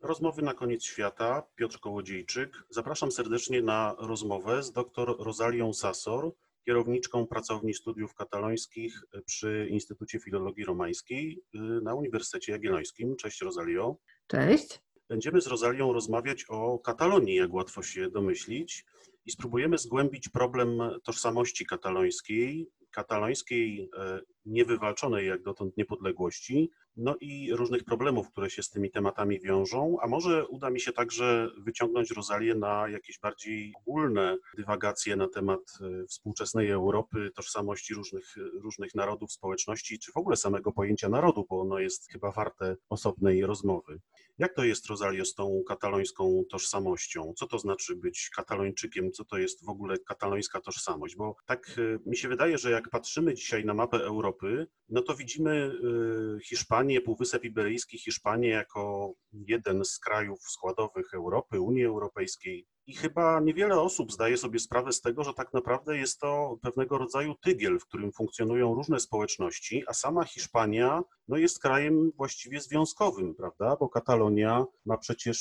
Rozmowy na koniec świata, Piotr Kołodziejczyk. Zapraszam serdecznie na rozmowę z dr Rozalią Sasor, kierowniczką Pracowni Studiów Katalońskich przy Instytucie Filologii Romańskiej na Uniwersytecie Jagiellońskim. Cześć Rosalio. Cześć. Będziemy z Rozalią rozmawiać o Katalonii, jak łatwo się domyślić, i spróbujemy zgłębić problem tożsamości katalońskiej niewywalczonej jak dotąd niepodległości, no i różnych problemów, które się z tymi tematami wiążą, a może uda mi się także wyciągnąć Rosalię na jakieś bardziej ogólne dywagacje na temat współczesnej Europy, tożsamości różnych narodów, społeczności, czy w ogóle samego pojęcia narodu, bo ono jest chyba warte osobnej rozmowy. Jak to jest, Rosalio, z tą katalońską tożsamością? Co to znaczy być Katalończykiem? Co to jest w ogóle katalońska tożsamość? Bo tak mi się wydaje, że jak patrzymy dzisiaj na mapę Europy, no to widzimy Hiszpanię, Półwysep Iberyjski, Hiszpanię jako jeden z krajów składowych Europy, Unii Europejskiej. I chyba niewiele osób zdaje sobie sprawę z tego, że tak naprawdę jest to pewnego rodzaju tygiel, w którym funkcjonują różne społeczności, a sama Hiszpania jest krajem właściwie związkowym, prawda? Bo Katalonia ma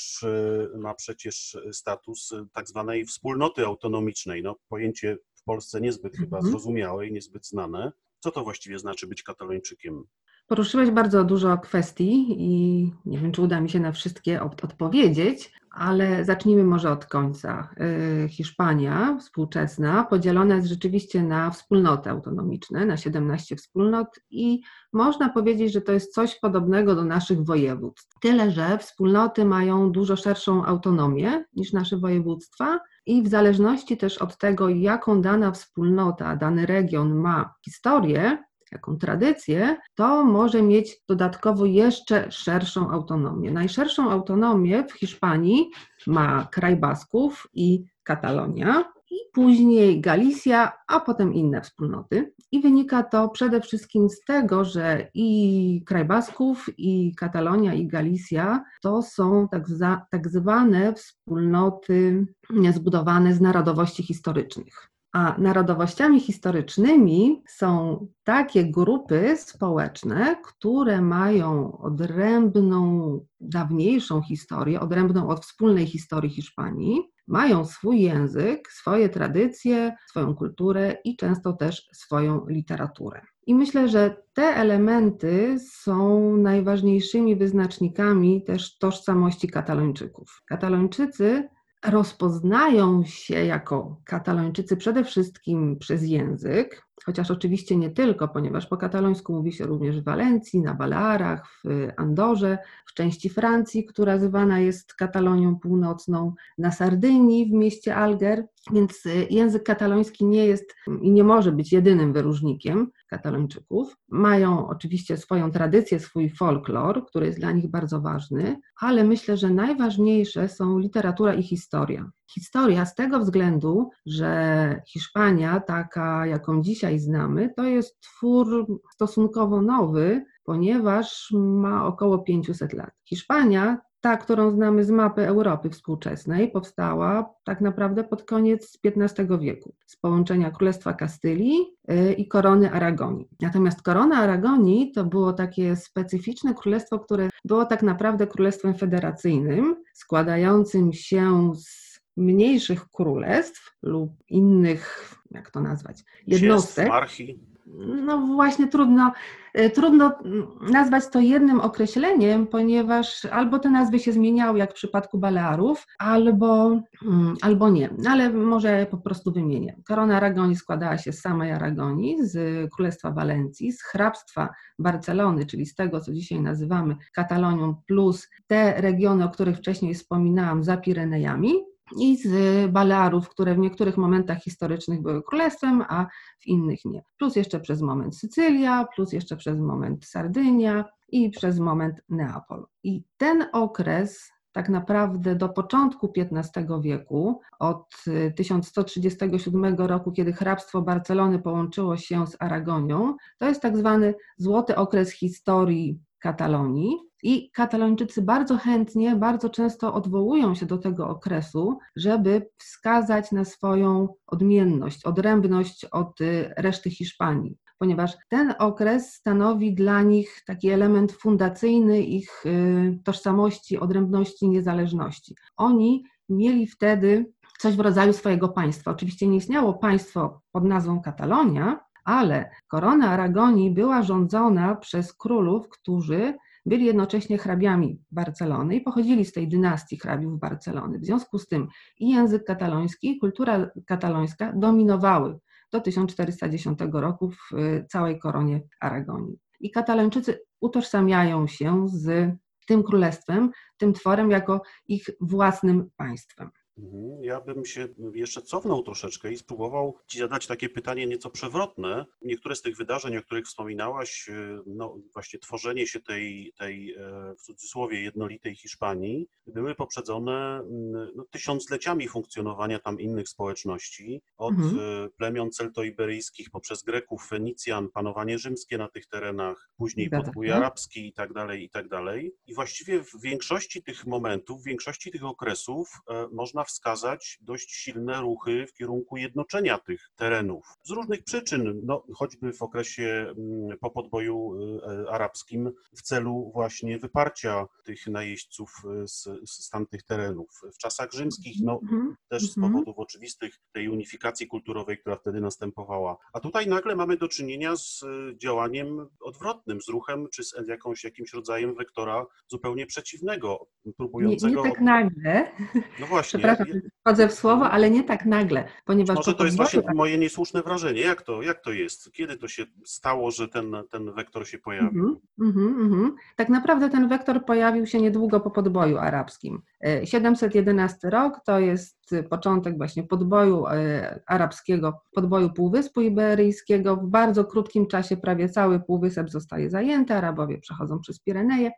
przecież status tak zwanej wspólnoty autonomicznej. Pojęcie w Polsce niezbyt chyba zrozumiałe i niezbyt znane. Co to właściwie znaczy być Katalończykiem? Poruszyłeś bardzo dużo kwestii i nie wiem, czy uda mi się na wszystkie odpowiedzieć, ale zacznijmy może od końca. Hiszpania współczesna podzielona jest rzeczywiście na wspólnoty autonomiczne, na 17 wspólnot i można powiedzieć, że to jest coś podobnego do naszych województw. Tyle, że wspólnoty mają dużo szerszą autonomię niż nasze województwa i w zależności też od tego, jaką dana wspólnota, dany region ma historię, jaką tradycję, to może mieć dodatkowo jeszcze szerszą autonomię. Najszerszą autonomię w Hiszpanii ma kraj Basków i Katalonia, i później Galicja, a potem inne wspólnoty. I wynika to przede wszystkim z tego, że i kraj Basków, i Katalonia, i Galicja to są tak zwane wspólnoty zbudowane z narodowości historycznych. A narodowościami historycznymi są takie grupy społeczne, które mają odrębną, dawniejszą historię, odrębną od wspólnej historii Hiszpanii, mają swój język, swoje tradycje, swoją kulturę i często też swoją literaturę. I myślę, że te elementy są najważniejszymi wyznacznikami też tożsamości Katalończyków. Katalończycy rozpoznają się jako Katalończycy przede wszystkim przez język, chociaż oczywiście nie tylko, ponieważ po katalońsku mówi się również w Walencji, na Balearach, w Andorze, w części Francji, która zwana jest Katalonią Północną, na Sardynii, w mieście Alger, więc język kataloński nie jest i nie może być jedynym wyróżnikiem Katalończyków. Mają oczywiście swoją tradycję, swój folklor, który jest dla nich bardzo ważny, ale myślę, że najważniejsze są literatura i historia. Historia z tego względu, że Hiszpania, taka jaką dzisiaj znamy, to jest twór stosunkowo nowy, ponieważ ma około 500 lat. Hiszpania, ta, którą znamy z mapy Europy współczesnej, powstała tak naprawdę pod koniec XV wieku z połączenia Królestwa Kastylii i Korony Aragonii. Natomiast Korona Aragonii to było takie specyficzne królestwo, które było tak naprawdę królestwem federacyjnym, składającym się z mniejszych królestw lub innych, jak to nazwać, jednostek. No właśnie trudno nazwać to jednym określeniem, ponieważ albo te nazwy się zmieniały, jak w przypadku Balearów, albo nie, ale może po prostu wymienię. Korona Aragonii składała się z samej Aragonii, z Królestwa Walencji, z hrabstwa Barcelony, czyli z tego, co dzisiaj nazywamy Katalonią, plus te regiony, o których wcześniej wspominałam, za Pirenejami, i z Balearów, które w niektórych momentach historycznych były królestwem, a w innych nie. Plus jeszcze przez moment Sycylia, plus jeszcze przez moment Sardynia i przez moment Neapol. I ten okres tak naprawdę do początku XV wieku, od 1137 roku, kiedy hrabstwo Barcelony połączyło się z Aragonią, to jest tak zwany złoty okres historii Katalonii. I Katalończycy bardzo chętnie, bardzo często odwołują się do tego okresu, żeby wskazać na swoją odmienność, odrębność od reszty Hiszpanii. ponieważ ten okres stanowi dla nich taki element fundacyjny ich tożsamości, odrębności, niezależności. Oni mieli wtedy coś w rodzaju swojego państwa. Oczywiście nie istniało państwo pod nazwą Katalonia, ale korona Aragonii była rządzona przez królów, którzy byli jednocześnie hrabiami Barcelony i pochodzili z tej dynastii hrabiów Barcelony. W związku z tym i język kataloński, i kultura katalońska dominowały do 1410 roku w całej koronie Aragonii. I Katalończycy utożsamiają się z tym królestwem, tym tworem jako ich własnym państwem. Ja bym się jeszcze cofnął troszeczkę i spróbował Ci zadać takie pytanie nieco przewrotne. Niektóre z tych wydarzeń, o których wspominałaś, no właśnie tworzenie się tej w cudzysłowie jednolitej Hiszpanii, były poprzedzone tysiącleciami funkcjonowania tam innych społeczności, od plemion celtoiberyjskich poprzez Greków, Fenicjan, panowanie rzymskie na tych terenach, później podbój arabski i tak dalej, i tak dalej. I właściwie w większości tych momentów, w większości tych okresów można wskazać dość silne ruchy w kierunku jednoczenia tych terenów. Z różnych przyczyn, no, choćby w okresie po podboju arabskim w celu właśnie wyparcia tych najeźdźców z tamtych terenów. W czasach rzymskich, no, też z powodów oczywistych tej unifikacji kulturowej, która wtedy następowała. A tutaj nagle mamy do czynienia z działaniem odwrotnym, z ruchem czy z jakimś rodzajem wektora zupełnie przeciwnego, próbującego... Nie tak nagle. No właśnie. Przepraszam, wchodzę w słowo, ale nie tak nagle, ponieważ może to jest właśnie moje niesłuszne wrażenie. Jak to jest? Kiedy to się stało, że ten wektor się pojawił? Tak naprawdę ten wektor pojawił się niedługo po podboju arabskim. 711 rok to jest początek właśnie podboju arabskiego, podboju Półwyspu Iberyjskiego. W bardzo krótkim czasie prawie cały Półwysep zostaje zajęty, Arabowie przechodzą przez Pireneje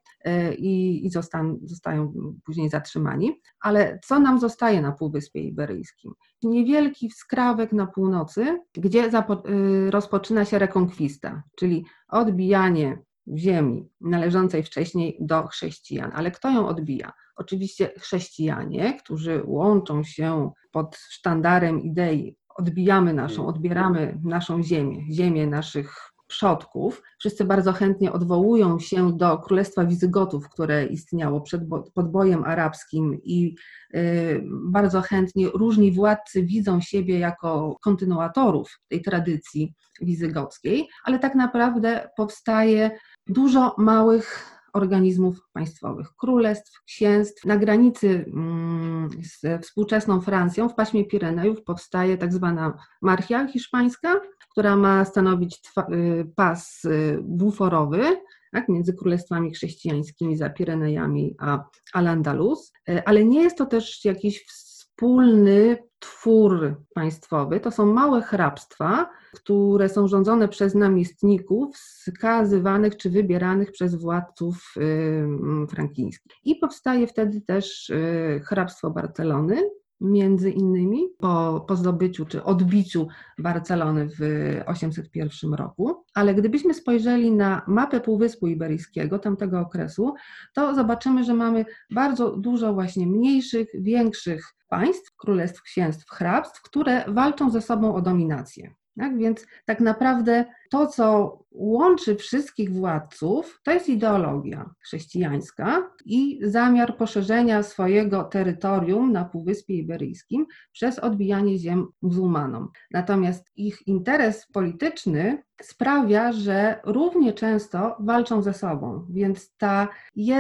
i zostają później zatrzymani. Ale co nam zostaje na Półwyspie Iberyjskim? Niewielki skrawek na północy, gdzie rozpoczyna się rekonkwista, czyli odbijanie ziemi należącej wcześniej do chrześcijan. Ale kto ją odbija? Oczywiście chrześcijanie, którzy łączą się pod sztandarem idei odbieramy naszą ziemię naszych przodków. Wszyscy bardzo chętnie odwołują się do Królestwa Wizygotów, które istniało przed podbojem arabskim i bardzo chętnie różni władcy widzą siebie jako kontynuatorów tej tradycji wizygockiej, ale tak naprawdę powstaje dużo małych organizmów państwowych, królestw, księstw. Na granicy z współczesną Francją w paśmie Pirenejów powstaje tak zwana Marchia hiszpańska, która ma stanowić pas buforowy, tak, między królestwami chrześcijańskimi za Pirenejami a Al-Andalus, ale nie jest to też jakiś wspólny twór państwowy, to są małe hrabstwa, które są rządzone przez namiestników wskazywanych czy wybieranych przez władców frankińskich. I powstaje wtedy też hrabstwo Barcelony, między innymi po zdobyciu czy odbiciu Barcelony w 801 roku. Ale gdybyśmy spojrzeli na mapę Półwyspu Iberyjskiego tamtego okresu, to zobaczymy, że mamy bardzo dużo właśnie mniejszych, większych państw, królestw, księstw, hrabstw, które walczą ze sobą o dominację. Tak? Więc tak naprawdę to, co łączy wszystkich władców, to jest ideologia chrześcijańska i zamiar poszerzenia swojego terytorium na Półwyspie Iberyjskim przez odbijanie ziem muzułmanom. Natomiast ich interes polityczny sprawia, że równie często walczą ze sobą, więc ta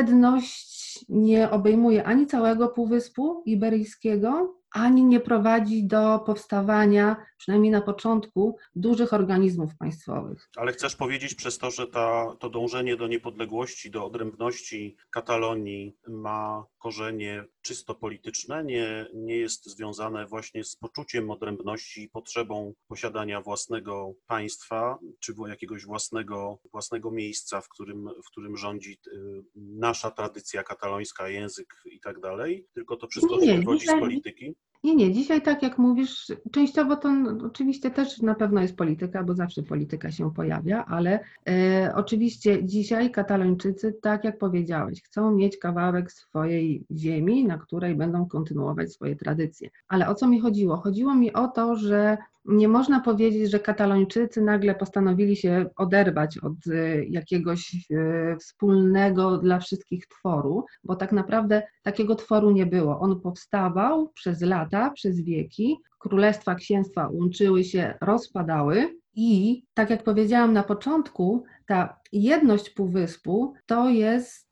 jedność nie obejmuje ani całego Półwyspu Iberyjskiego, ani nie prowadzi do powstawania, przynajmniej na początku, dużych organizmów państwowych. Ale chcesz powiedzieć przez to, że to dążenie do niepodległości, do odrębności Katalonii ma korzenie czysto polityczne, nie jest związane właśnie z poczuciem odrębności i potrzebą posiadania własnego państwa, czy jakiegoś własnego miejsca, w którym rządzi nasza tradycja katalońska, język i tak dalej, tylko to wszystko się wywodzi z polityki? Nie, dzisiaj tak jak mówisz, częściowo to oczywiście też na pewno jest polityka, bo zawsze polityka się pojawia, ale oczywiście dzisiaj Katalończycy, tak jak powiedziałeś, chcą mieć kawałek swojej ziemi, na której będą kontynuować swoje tradycje. Ale o co mi chodziło? Chodziło mi o to, że nie można powiedzieć, że Katalończycy nagle postanowili się oderwać od jakiegoś wspólnego dla wszystkich tworu, bo tak naprawdę takiego tworu nie było. On powstawał przez lata, przez wieki. Królestwa, księstwa łączyły się, rozpadały i tak jak powiedziałam na początku, ta jedność Półwyspu to jest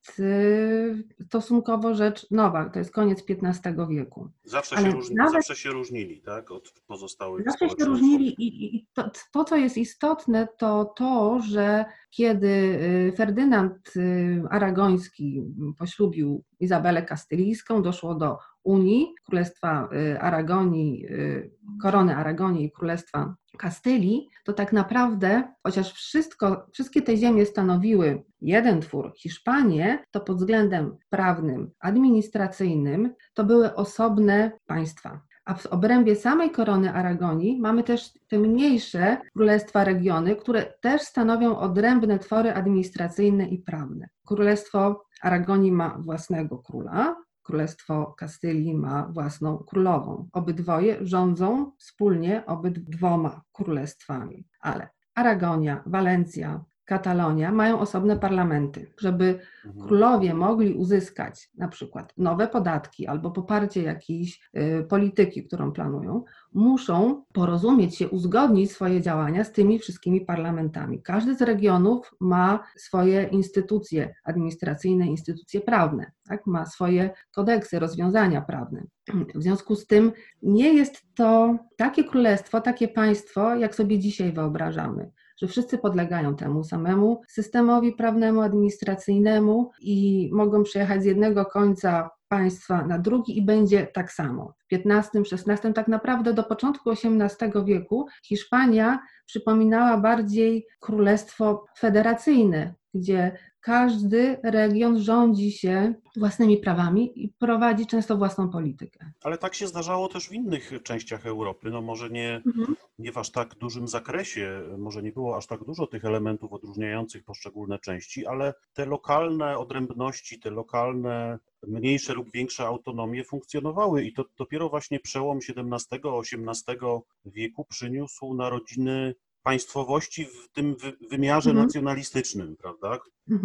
stosunkowo rzecz nowa, to jest koniec XV wieku. Ale Zawsze się różnili, tak, od pozostałych zawsze się społeczności. różnili i to, co jest istotne, to to, że kiedy Ferdynand Aragoński poślubił Izabelę Kastylijską, doszło do unii Królestwa Aragonii, Korony Aragonii i Królestwa Kastylii, to tak naprawdę, chociaż wszystkie te ziemie stanowiły jeden twór, Hiszpanię, to pod względem prawnym, administracyjnym to były osobne państwa. A w obrębie samej Korony Aragonii mamy też te mniejsze królestwa, regiony, które też stanowią odrębne twory administracyjne i prawne. Królestwo Aragonii ma własnego króla, Królestwo Kastylii ma własną królową. Obydwoje rządzą wspólnie obydwoma królestwami. Ale Aragonia, Walencja, Katalonia mają osobne parlamenty, żeby królowie mogli uzyskać na przykład nowe podatki albo poparcie jakiejś polityki, którą planują, muszą porozumieć się, uzgodnić swoje działania z tymi wszystkimi parlamentami. Każdy z regionów ma swoje instytucje administracyjne, instytucje prawne, tak? Ma swoje kodeksy, rozwiązania prawne. W związku z tym nie jest to takie królestwo, takie państwo, jak sobie dzisiaj wyobrażamy, że wszyscy podlegają temu samemu systemowi prawnemu, administracyjnemu i mogą przejechać z jednego końca państwa na drugi i będzie tak samo. W XV, XVI, tak naprawdę do początku XVIII wieku Hiszpania przypominała bardziej królestwo federacyjne, gdzie każdy region rządzi się własnymi prawami i prowadzi często własną politykę. Ale tak się zdarzało też w innych częściach Europy, no może nie w aż tak dużym zakresie, może nie było aż tak dużo tych elementów odróżniających poszczególne części, ale te lokalne odrębności, te lokalne mniejsze lub większe autonomie funkcjonowały i to dopiero właśnie przełom XVII-XVIII wieku przyniósł narodziny państwowości w tym wymiarze nacjonalistycznym, prawda?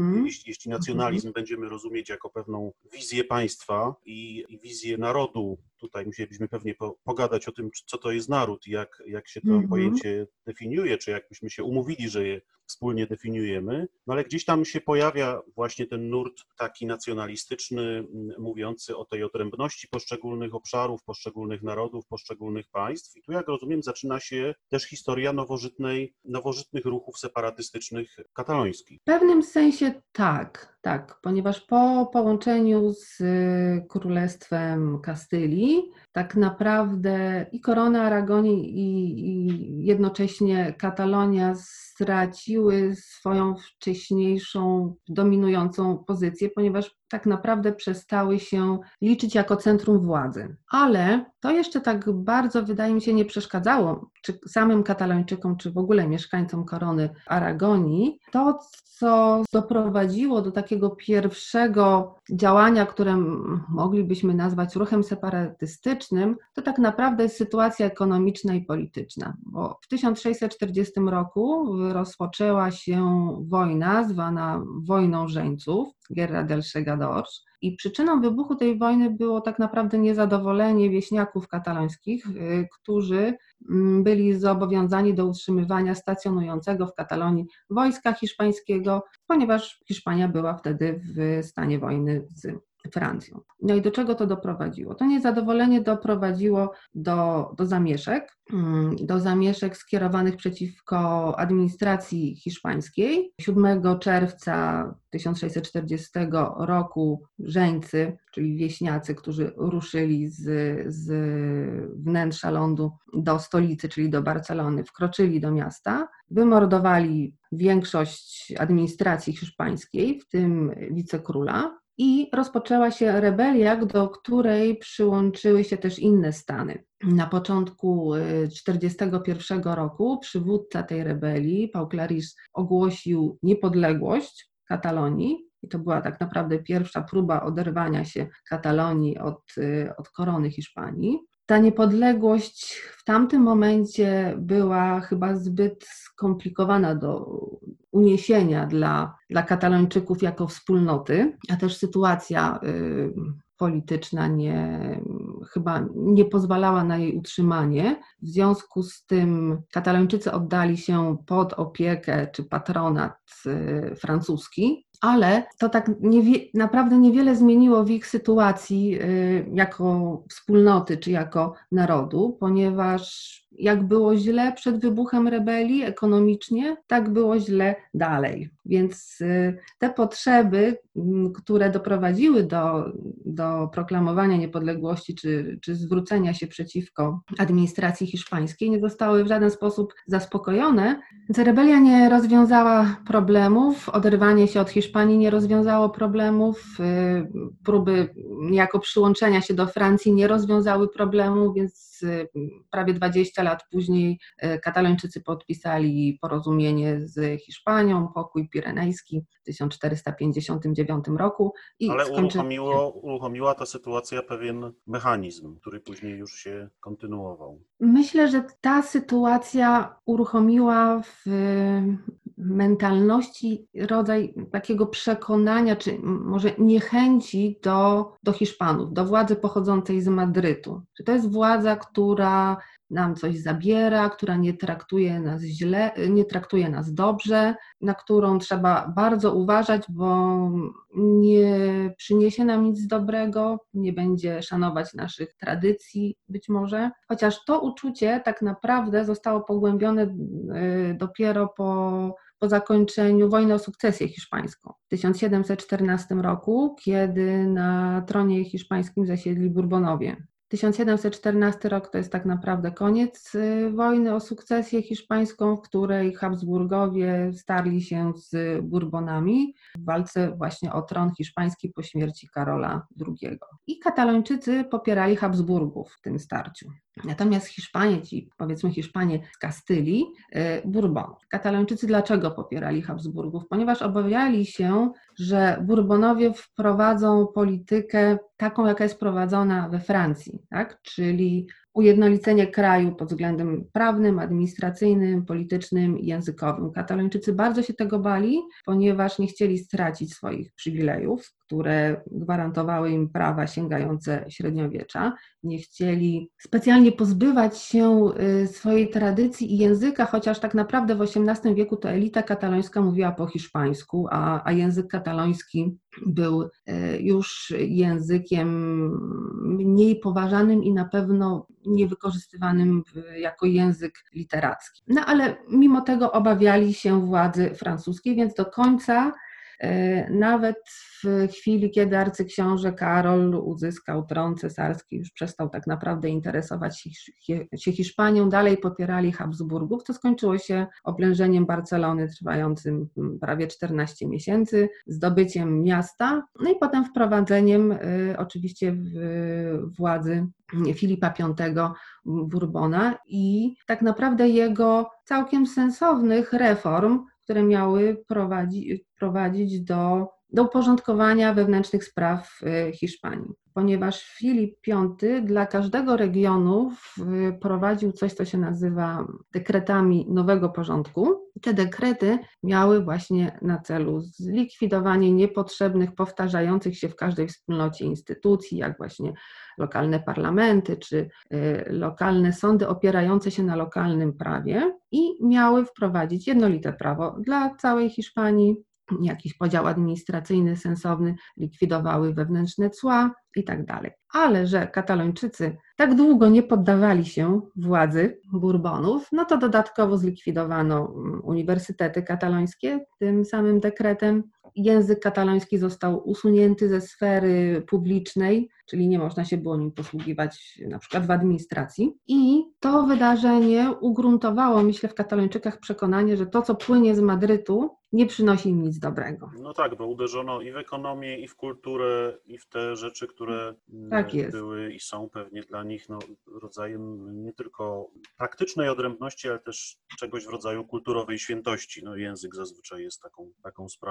Jeśli nacjonalizm będziemy rozumieć jako pewną wizję państwa i wizję narodu, tutaj musielibyśmy pewnie pogadać o tym, co to jest naród i jak się to pojęcie definiuje, czy jakbyśmy się umówili, że je wspólnie definiujemy, no ale gdzieś tam się pojawia właśnie ten nurt taki nacjonalistyczny, mówiący o tej odrębności poszczególnych obszarów, poszczególnych narodów, poszczególnych państw i tu, jak rozumiem, zaczyna się też historia nowożytnych ruchów separatystycznych katalońskich. W pewnym sensie tak, ponieważ po połączeniu z Królestwem Kastylii tak naprawdę i Korona Aragonii i jednocześnie Katalonia straciły swoją wcześniejszą dominującą pozycję, ponieważ tak naprawdę przestały się liczyć jako centrum władzy. Ale to jeszcze tak bardzo, wydaje mi się, nie przeszkadzało czy samym Katalończykom, czy w ogóle mieszkańcom Korony Aragonii. To, co doprowadziło do takiego pierwszego działania, które moglibyśmy nazwać ruchem separatystycznym, to tak naprawdę jest sytuacja ekonomiczna i polityczna. Bo w 1640 roku rozpoczęła się wojna zwana Wojną Żeńców, Guerra del Segadors. I przyczyną wybuchu tej wojny było tak naprawdę niezadowolenie wieśniaków katalońskich, którzy byli zobowiązani do utrzymywania stacjonującego w Katalonii wojska hiszpańskiego, ponieważ Hiszpania była wtedy w stanie wojny z Francją. No i do czego to doprowadziło? To niezadowolenie doprowadziło do zamieszek skierowanych przeciwko administracji hiszpańskiej. 7 czerwca 1640 roku Żeńcy, czyli wieśniacy, którzy ruszyli z wnętrza lądu do stolicy, czyli do Barcelony, wkroczyli do miasta, wymordowali większość administracji hiszpańskiej, w tym wicekróla, i rozpoczęła się rebelia, do której przyłączyły się też inne stany. Na początku 1941 roku przywódca tej rebelii, Pau Claris, ogłosił niepodległość Katalonii i to była tak naprawdę pierwsza próba oderwania się Katalonii od korony Hiszpanii. ta niepodległość w tamtym momencie była chyba zbyt skomplikowana do uniesienia dla Katalończyków jako wspólnoty, a też sytuacja polityczna chyba nie pozwalała na jej utrzymanie. W związku z tym Katalończycy oddali się pod opiekę czy patronat francuski, ale to tak naprawdę niewiele zmieniło w ich sytuacji jako wspólnoty czy jako narodu, ponieważ jak było źle przed wybuchem rebelii ekonomicznie, tak było źle dalej. Więc te potrzeby, które doprowadziły do proklamowania niepodległości czy zwrócenia się przeciwko administracji hiszpańskiej, nie zostały w żaden sposób zaspokojone. Więc rebelia nie rozwiązała problemów, oderwanie się od Hiszpanii nie rozwiązało problemów, próby niejako przyłączenia się do Francji nie rozwiązały problemu, więc prawie 20 lat później Katalończycy podpisali porozumienie z Hiszpanią, pokój pirenejski w 1459 roku. Ale uruchomiła ta sytuacja pewien mechanizm, który później już się kontynuował. Myślę, że ta sytuacja uruchomiła w mentalności rodzaj takiego przekonania, czy może niechęci do Hiszpanów, do władzy pochodzącej z Madrytu. Że to jest władza, która nam coś zabiera, która nie traktuje nas źle, nie traktuje nas dobrze, na którą trzeba bardzo uważać, bo nie przyniesie nam nic dobrego, nie będzie szanować naszych tradycji być może. Chociaż to uczucie tak naprawdę zostało pogłębione dopiero po zakończeniu wojny o sukcesję hiszpańską w 1714 roku, kiedy na tronie hiszpańskim zasiedli Bourbonowie. 1714 rok to jest tak naprawdę koniec wojny o sukcesję hiszpańską, w której Habsburgowie starli się z Bourbonami w walce właśnie o tron hiszpański po śmierci Karola II. I Katalończycy popierali Habsburgów w tym starciu. Natomiast Hiszpanie z Kastylii, Bourbonów. Katalończycy dlaczego popierali Habsburgów? Ponieważ obawiali się, że Bourbonowie wprowadzą politykę taką, jaka jest prowadzona we Francji, tak? Czyli ujednolicenie kraju pod względem prawnym, administracyjnym, politycznym i językowym. Katalończycy bardzo się tego bali, ponieważ nie chcieli stracić swoich przywilejów, które gwarantowały im prawa sięgające średniowiecza. Nie chcieli specjalnie pozbywać się swojej tradycji i języka, chociaż tak naprawdę w XVIII wieku to elita katalońska mówiła po hiszpańsku, a język kataloński był już językiem mniej poważanym i na pewno niewykorzystywanym jako język literacki. No ale mimo tego obawiali się władzy francuskiej, więc do końca, nawet w chwili, kiedy arcyksiąże Karol uzyskał tron cesarski, już przestał tak naprawdę interesować się Hiszpanią, dalej popierali Habsburgów, co skończyło się oblężeniem Barcelony trwającym prawie 14 miesięcy, zdobyciem miasta, no i potem wprowadzeniem oczywiście władzy Filipa V Bourbona i tak naprawdę jego całkiem sensownych reform, które miały prowadzić do uporządkowania wewnętrznych spraw Hiszpanii. Ponieważ Filip V dla każdego regionu wprowadził coś, co się nazywa dekretami nowego porządku. Te dekrety miały właśnie na celu zlikwidowanie niepotrzebnych, powtarzających się w każdej wspólnocie instytucji, jak właśnie lokalne parlamenty czy lokalne sądy opierające się na lokalnym prawie i miały wprowadzić jednolite prawo dla całej Hiszpanii, jakiś podział administracyjny sensowny, likwidowały wewnętrzne cła i tak dalej. Ale że Katalończycy tak długo nie poddawali się władzy Bourbonów, no to dodatkowo zlikwidowano uniwersytety katalońskie tym samym dekretem. Język kataloński został usunięty ze sfery publicznej, czyli nie można się było nim posługiwać na przykład w administracji. I to wydarzenie ugruntowało, myślę, w Katalończykach przekonanie, że to, co płynie z Madrytu, nie przynosi im nic dobrego. No tak, bo uderzono i w ekonomię, i w kulturę, i w te rzeczy, które tak były i są pewnie dla nich rodzajem nie tylko praktycznej odrębności, ale też czegoś w rodzaju kulturowej świętości. No, język zazwyczaj jest taką sprawą, bo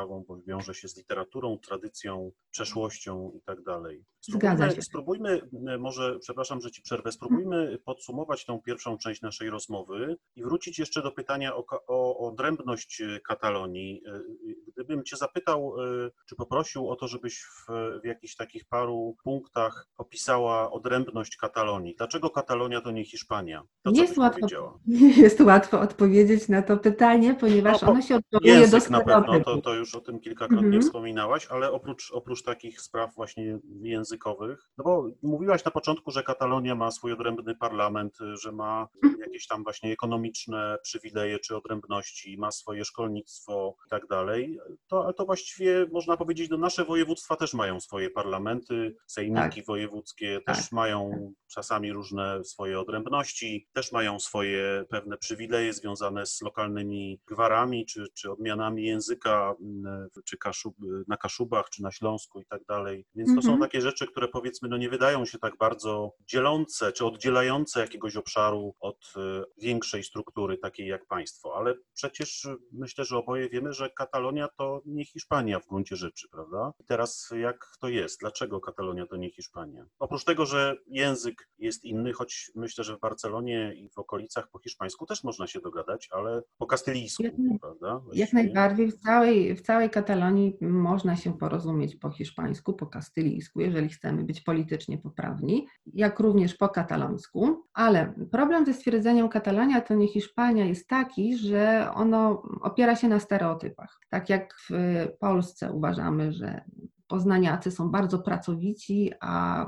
wiąże się z literaturą, tradycją, przeszłością i tak dalej. Zgadza się. Spróbujmy, może, przepraszam, że Ci przerwę, spróbujmy podsumować tą pierwszą część naszej rozmowy i wrócić jeszcze do pytania o odrębność Katalonii. Gdybym Cię zapytał, czy poprosił o to, żebyś w jakichś takich paru punktach opisała odrębność Katalonii. Dlaczego Katalonia to nie Hiszpania? To co byś powiedziała? Nie jest łatwo odpowiedzieć na to pytanie, ponieważ ono się odwołuje do język na pewno, to już o tym kilkakrotnie wspominałaś, ale oprócz takich spraw właśnie językowych, no bo mówiłaś na początku, że Katalonia ma swój odrębny parlament, że ma jakieś tam właśnie ekonomiczne przywileje czy odrębności, ma swoje szkolnictwo i tak dalej, to właściwie można powiedzieć, że nasze województwa też mają swoje parlamenty, sejmiki wojewódzkie też mają czasami różne swoje odrębności, też mają swoje pewne przywileje związane z lokalnymi gwarami czy odmianami języka, czy na Kaszubach, czy na Śląsku i tak dalej. Więc to są takie rzeczy, które powiedzmy no nie wydają się tak bardzo dzielące czy oddzielające jakiegoś obszaru od większej struktury takiej jak państwo, ale przecież myślę, że oboje wiemy, że Katalonia to nie Hiszpania w gruncie rzeczy, prawda? I teraz jak to jest? Dlaczego Katalonia to nie Hiszpania? Oprócz tego, że język jest inny, choć myślę, że w Barcelonie i w okolicach po hiszpańsku też można się dogadać, ale po kastylijsku, prawda? Właściwie. Jak najbardziej w całej Katalonii można się porozumieć po hiszpańsku, po kastylijsku, jeżeli chcemy być politycznie poprawni, jak również po katalońsku, ale problem ze stwierdzeniem Katalonia to nie Hiszpania jest taki, że ono opiera się na stereotypach. Tak jak w Polsce uważamy, że poznaniacy są bardzo pracowici, a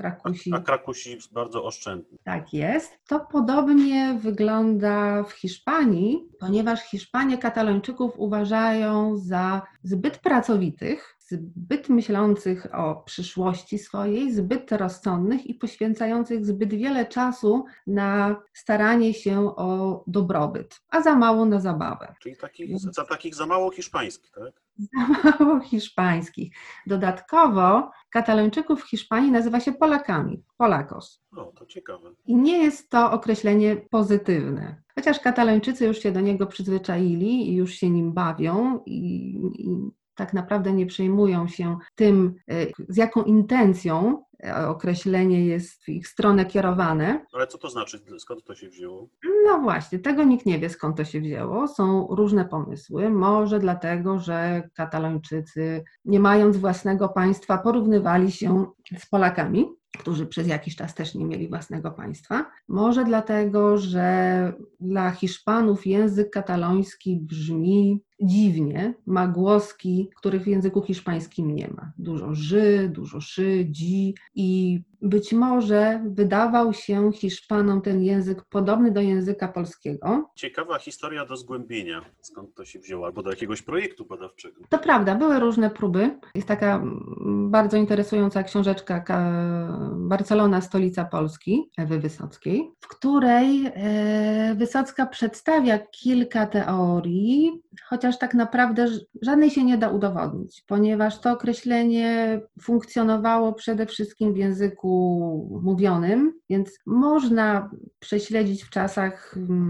Krakusi bardzo oszczędni. Tak jest. To podobnie wygląda w Hiszpanii, ponieważ Hiszpanie Katalończyków uważają za zbyt pracowitych, zbyt myślących o przyszłości swojej, zbyt rozsądnych i poświęcających zbyt wiele czasu na staranie się o dobrobyt, a za mało na zabawę. Czyli takich za mało hiszpańskich, tak? Za mało hiszpańskich. Dodatkowo Katalończyków w Hiszpanii nazywa się Polakami, Polakos. O, to ciekawe. I nie jest to określenie pozytywne. Chociaż Katalończycy już się do niego przyzwyczaili i już się nim bawią i tak naprawdę nie przejmują się tym, z jaką intencją określenie jest w ich stronę kierowane. Ale co to znaczy? Skąd to się wzięło? No właśnie, tego nikt nie wie, skąd to się wzięło. Są różne pomysły. Może dlatego, że Katalończycy, nie mając własnego państwa, porównywali się z Polakami, którzy przez jakiś czas też nie mieli własnego państwa. Może dlatego, że dla Hiszpanów język kataloński brzmi dziwnie, ma głoski, których w języku hiszpańskim nie ma. Dużo ży, dużo szy, dzi i być może wydawał się Hiszpanom ten język podobny do języka polskiego. Ciekawa historia do zgłębienia, skąd to się wzięło, albo do jakiegoś projektu badawczego. To prawda, były różne próby. Jest taka bardzo interesująca książeczka Barcelona, stolica Polski, Ewy Wysockiej, w której Wysocka przedstawia kilka teorii, chociaż tak naprawdę żadnej się nie da udowodnić, ponieważ to określenie funkcjonowało przede wszystkim w języku mówionym, więc można prześledzić w czasach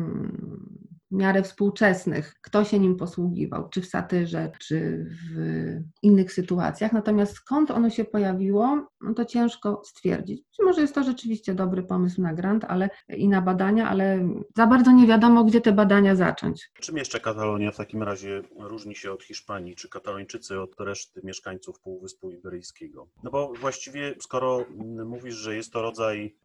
w miarę współczesnych, kto się nim posługiwał, czy w satyrze, czy w innych sytuacjach. Natomiast skąd ono się pojawiło, no to ciężko stwierdzić. Może jest to rzeczywiście dobry pomysł na grant i na badania, ale za bardzo nie wiadomo, gdzie te badania zacząć. Czym jeszcze Katalonia w takim razie różni się od Hiszpanii, czy Katalończycy od reszty mieszkańców Półwyspu Iberyjskiego? No bo właściwie, skoro mówisz, że jest to rodzaj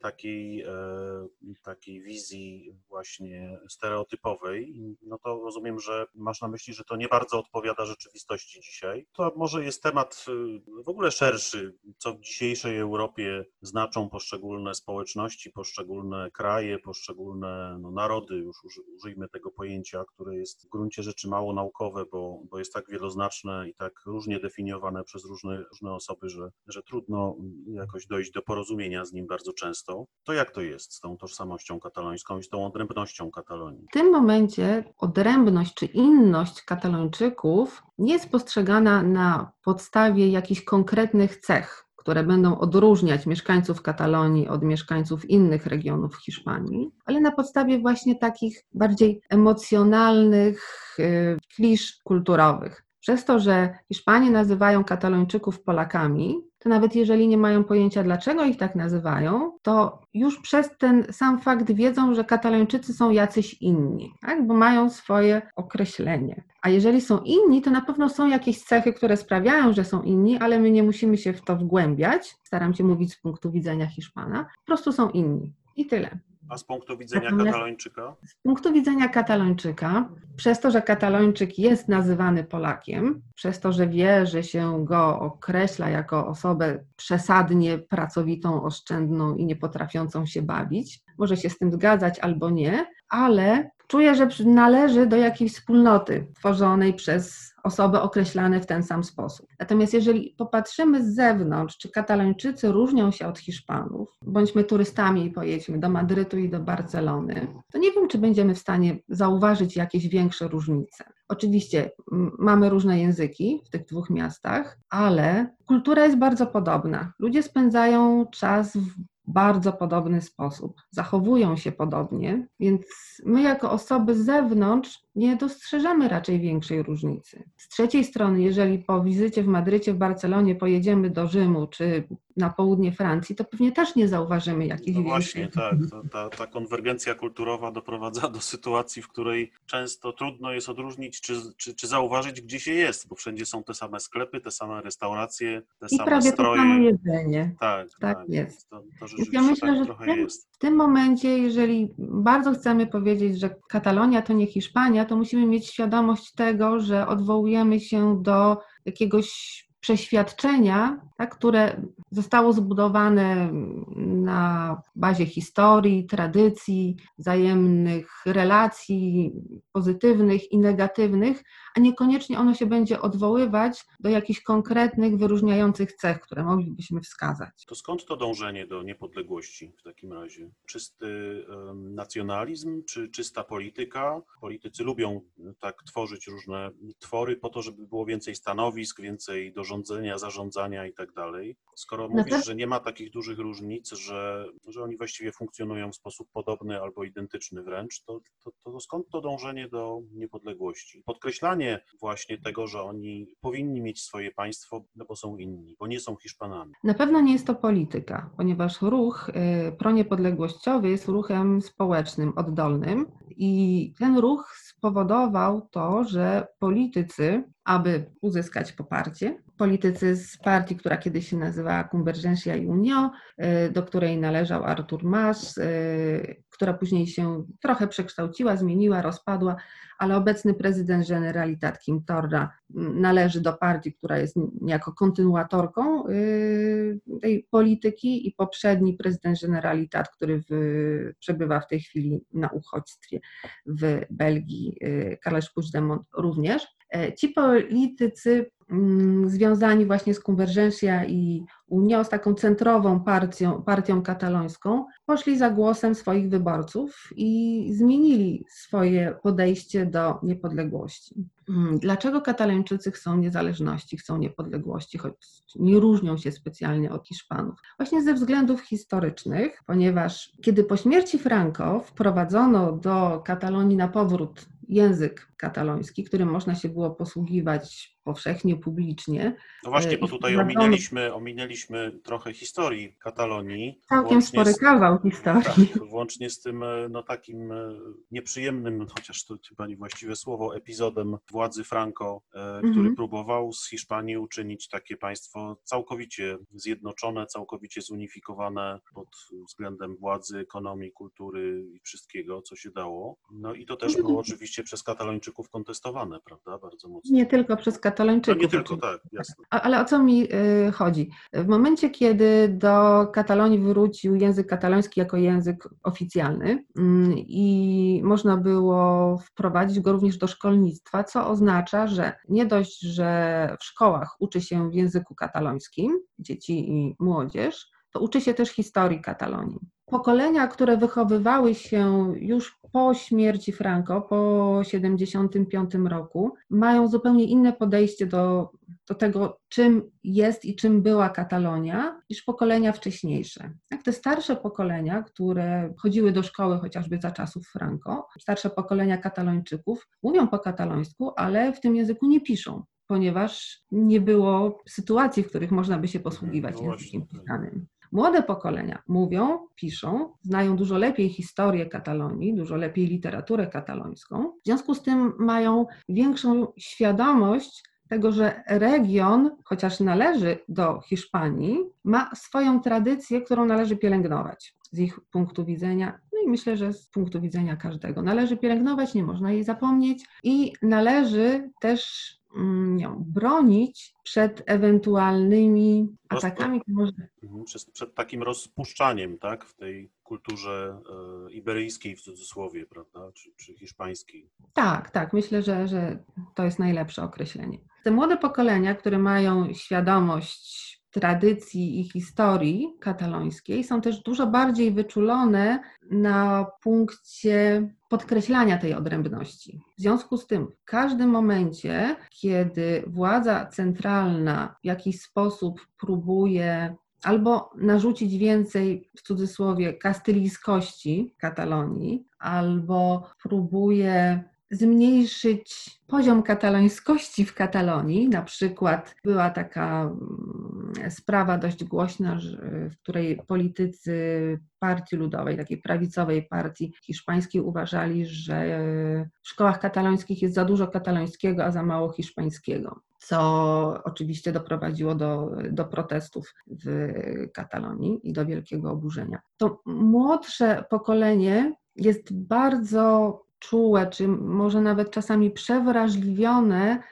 takiej wizji właśnie stereotypowej, no to rozumiem, że masz na myśli, że to nie bardzo odpowiada rzeczywistości dzisiaj. To może jest temat w ogóle szerszy, co w dzisiejszej Europie znaczą poszczególne społeczności, poszczególne kraje, poszczególne narody, już użyjmy tego pojęcia, które jest w gruncie rzeczy mało naukowe, bo jest tak wieloznaczne i tak różnie definiowane przez różne osoby, że trudno jakoś dojść do porozumienia z nim bardzo często. To jak to jest z tą tożsamością katalońską i z tą odrębnością Katalonii? W tym momencie odrębność czy inność Katalończyków nie jest postrzegana na podstawie jakichś konkretnych cech, które będą odróżniać mieszkańców Katalonii od mieszkańców innych regionów Hiszpanii, ale na podstawie właśnie takich bardziej emocjonalnych klisz kulturowych. Przez to, że Hiszpanie nazywają Katalończyków Polakami, to nawet jeżeli nie mają pojęcia, dlaczego ich tak nazywają, to już przez ten sam fakt wiedzą, że Katalończycy są jacyś inni, tak? Bo mają swoje określenie. A jeżeli są inni, to na pewno są jakieś cechy, które sprawiają, że są inni, ale my nie musimy się w to wgłębiać. Staram się mówić z punktu widzenia Hiszpana. Po prostu są inni. I tyle. A z punktu widzenia Natomiast Katalończyka? z punktu widzenia Katalończyka, przez to, że Katalończyk jest nazywany Polakiem, przez to, że wie, że się go określa jako osobę przesadnie pracowitą, oszczędną i nie potrafiącą się bawić, może się z tym zgadzać albo nie, ale czuje, że należy do jakiejś wspólnoty tworzonej przez osoby określane w ten sam sposób. Natomiast jeżeli popatrzymy z zewnątrz, czy Katalończycy różnią się od Hiszpanów, bądźmy turystami i pojedźmy do Madrytu i do Barcelony, to nie wiem, czy będziemy w stanie zauważyć jakieś większe różnice. Oczywiście mamy różne języki w tych dwóch miastach, ale kultura jest bardzo podobna. Ludzie spędzają czas w bardzo podobny sposób, zachowują się podobnie, więc my jako osoby z zewnątrz nie dostrzeżemy raczej większej różnicy. Z trzeciej strony, jeżeli po wizycie w Madrycie, w Barcelonie pojedziemy do Rzymu czy na południe Francji, to pewnie też nie zauważymy jakichś No większych. właśnie, tak. Ta konwergencja kulturowa doprowadza do sytuacji, w której często trudno jest odróżnić, czy zauważyć, gdzie się jest, bo wszędzie są te same sklepy, te same restauracje, te I same prawie to samo stroje. jedzenie. Tak, Tak tak. jest. To Więc rzeczywiście ja myślę, tak że trochę jest. w tym momencie, jeżeli bardzo chcemy powiedzieć, że Katalonia to nie Hiszpania, to musimy mieć świadomość tego, że odwołujemy się do jakiegoś przeświadczenia, tak, które zostało zbudowane na bazie historii, tradycji, wzajemnych relacji pozytywnych i negatywnych, a niekoniecznie ono się będzie odwoływać do jakichś konkretnych, wyróżniających cech, które moglibyśmy wskazać. To skąd to dążenie do niepodległości w takim razie? Czysty nacjonalizm, czy czysta polityka? Politycy lubią tak tworzyć różne twory po to, żeby było więcej stanowisk, więcej do rządzenia, zarządzania i tak dalej. Skoro mówisz, że nie ma takich dużych różnic, że oni właściwie funkcjonują w sposób podobny albo identyczny wręcz, to skąd to dążenie do niepodległości? Podkreślanie właśnie tego, że oni powinni mieć swoje państwo, no bo są inni, bo nie są Hiszpanami. Na pewno nie jest to polityka, ponieważ ruch proniepodległościowy jest ruchem społecznym, oddolnym i ten ruch spowodował to, że politycy, aby uzyskać poparcie, politycy z partii, która kiedyś się nazywała Convergencia i Unió, do której należał Artur Mas, która później się trochę przekształciła, zmieniła, rozpadła, ale obecny prezydent Generalitat Quim Torra należy do partii, która jest niejako kontynuatorką tej polityki i poprzedni prezydent Generalitat, który przebywa w tej chwili na uchodźstwie w Belgii, Carles Puigdemont również. Ci politycy związani właśnie z Convergencia i Unió, z taką centrową partią katalońską, poszli za głosem swoich wyborców i zmienili swoje podejście do niepodległości. Dlaczego Katalończycy chcą niezależności, chcą niepodległości, choć nie różnią się specjalnie od Hiszpanów? Właśnie ze względów historycznych, ponieważ kiedy po śmierci Franco wprowadzono do Katalonii na powrót język kataloński, którym można się było posługiwać powszechnie, publicznie. No właśnie, bo tutaj ominęliśmy trochę historii Katalonii. Całkiem spory kawał historii. Tak, włącznie z tym takim nieprzyjemnym, chociaż to chyba niewłaściwe słowo, epizodem władzy Franco, który próbował z Hiszpanii uczynić takie państwo całkowicie zjednoczone, całkowicie zunifikowane pod względem władzy, ekonomii, kultury i wszystkiego, co się dało. No i to też było oczywiście przez Katalończyków kontestowane, prawda, bardzo mocno. Nie tylko przez Katalończyków. No nie tylko, tak, jasne. Ale o co mi chodzi? W momencie, kiedy do Katalonii wrócił język kataloński jako język oficjalny i można było wprowadzić go również do szkolnictwa, co oznacza, że nie dość, że w szkołach uczy się w języku katalońskim dzieci i młodzież, to uczy się też historii Katalonii. Pokolenia, które wychowywały się już po śmierci Franco, po 1975 roku, mają zupełnie inne podejście do tego, czym jest i czym była Katalonia, niż pokolenia wcześniejsze. Jak te starsze pokolenia, które chodziły do szkoły chociażby za czasów Franco, starsze pokolenia Katalończyków mówią po katalońsku, ale w tym języku nie piszą. ponieważ nie było sytuacji, w których można by się posługiwać No właśnie, językiem tak. pisanym. Młode pokolenia mówią, piszą, znają dużo lepiej historię Katalonii, dużo lepiej literaturę katalońską. W związku z tym mają większą świadomość tego, że region, chociaż należy do Hiszpanii, ma swoją tradycję, którą należy pielęgnować z ich punktu widzenia. No i myślę, że z punktu widzenia każdego. Należy pielęgnować, nie można jej zapomnieć i należy też ją bronić przed ewentualnymi atakami. Przed takim rozpuszczaniem, tak, w tej kulturze iberyjskiej w cudzysłowie, prawda, czy hiszpańskiej. Tak, myślę, że to jest najlepsze określenie. Te młode pokolenia, które mają świadomość tradycji i historii katalońskiej, są też dużo bardziej wyczulone na punkcie podkreślania tej odrębności. W związku z tym, w każdym momencie, kiedy władza centralna w jakiś sposób próbuje albo narzucić więcej, w cudzysłowie, kastylijskości Katalonii, albo próbuje zmniejszyć poziom katalońskości w Katalonii. Na przykład była taka sprawa dość głośna, w której politycy Partii Ludowej, takiej prawicowej partii hiszpańskiej, uważali, że w szkołach katalońskich jest za dużo katalońskiego, a za mało hiszpańskiego, co oczywiście doprowadziło do protestów w Katalonii i do wielkiego oburzenia. To młodsze pokolenie jest bardzo czułe, czy może nawet czasami przewrażliwione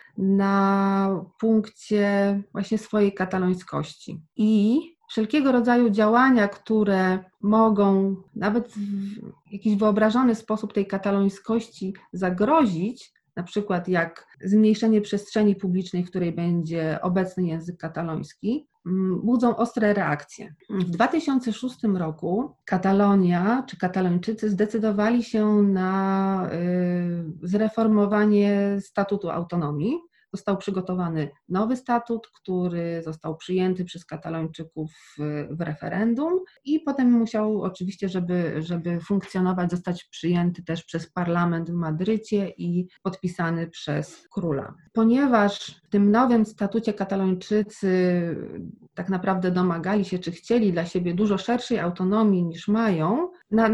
na punkcie właśnie swojej katalońskości. I wszelkiego rodzaju działania, które mogą nawet w jakiś wyobrażony sposób tej katalońskości zagrozić, na przykład jak zmniejszenie przestrzeni publicznej, w której będzie obecny język kataloński, budzą ostre reakcje. W 2006 roku Katalonia czy Katalończycy zdecydowali się na zreformowanie statutu autonomii. Został przygotowany nowy statut, który został przyjęty przez Katalończyków w referendum i potem musiał oczywiście, żeby funkcjonować, zostać przyjęty też przez parlament w Madrycie i podpisany przez króla. Ponieważ w tym nowym statucie Katalończycy tak naprawdę domagali się, czy chcieli dla siebie dużo szerszej autonomii niż mają,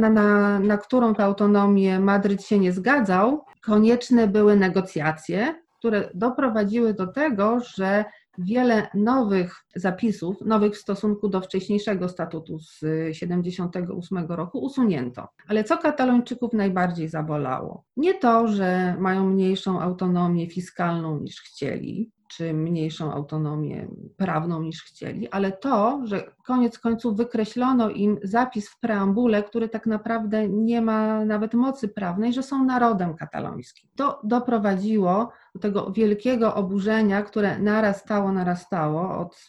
na którą tę autonomię Madryt się nie zgadzał, konieczne były negocjacje, które doprowadziły do tego, że wiele nowych zapisów, nowych w stosunku do wcześniejszego statutu z 1978 roku usunięto. Ale co Katalończyków najbardziej zabolało? Nie to, że mają mniejszą autonomię fiskalną niż chcieli, czy mniejszą autonomię prawną niż chcieli, ale to, że koniec końców wykreślono im zapis w preambule, który tak naprawdę nie ma nawet mocy prawnej, że są narodem katalońskim. To doprowadziło do tego wielkiego oburzenia, które narastało od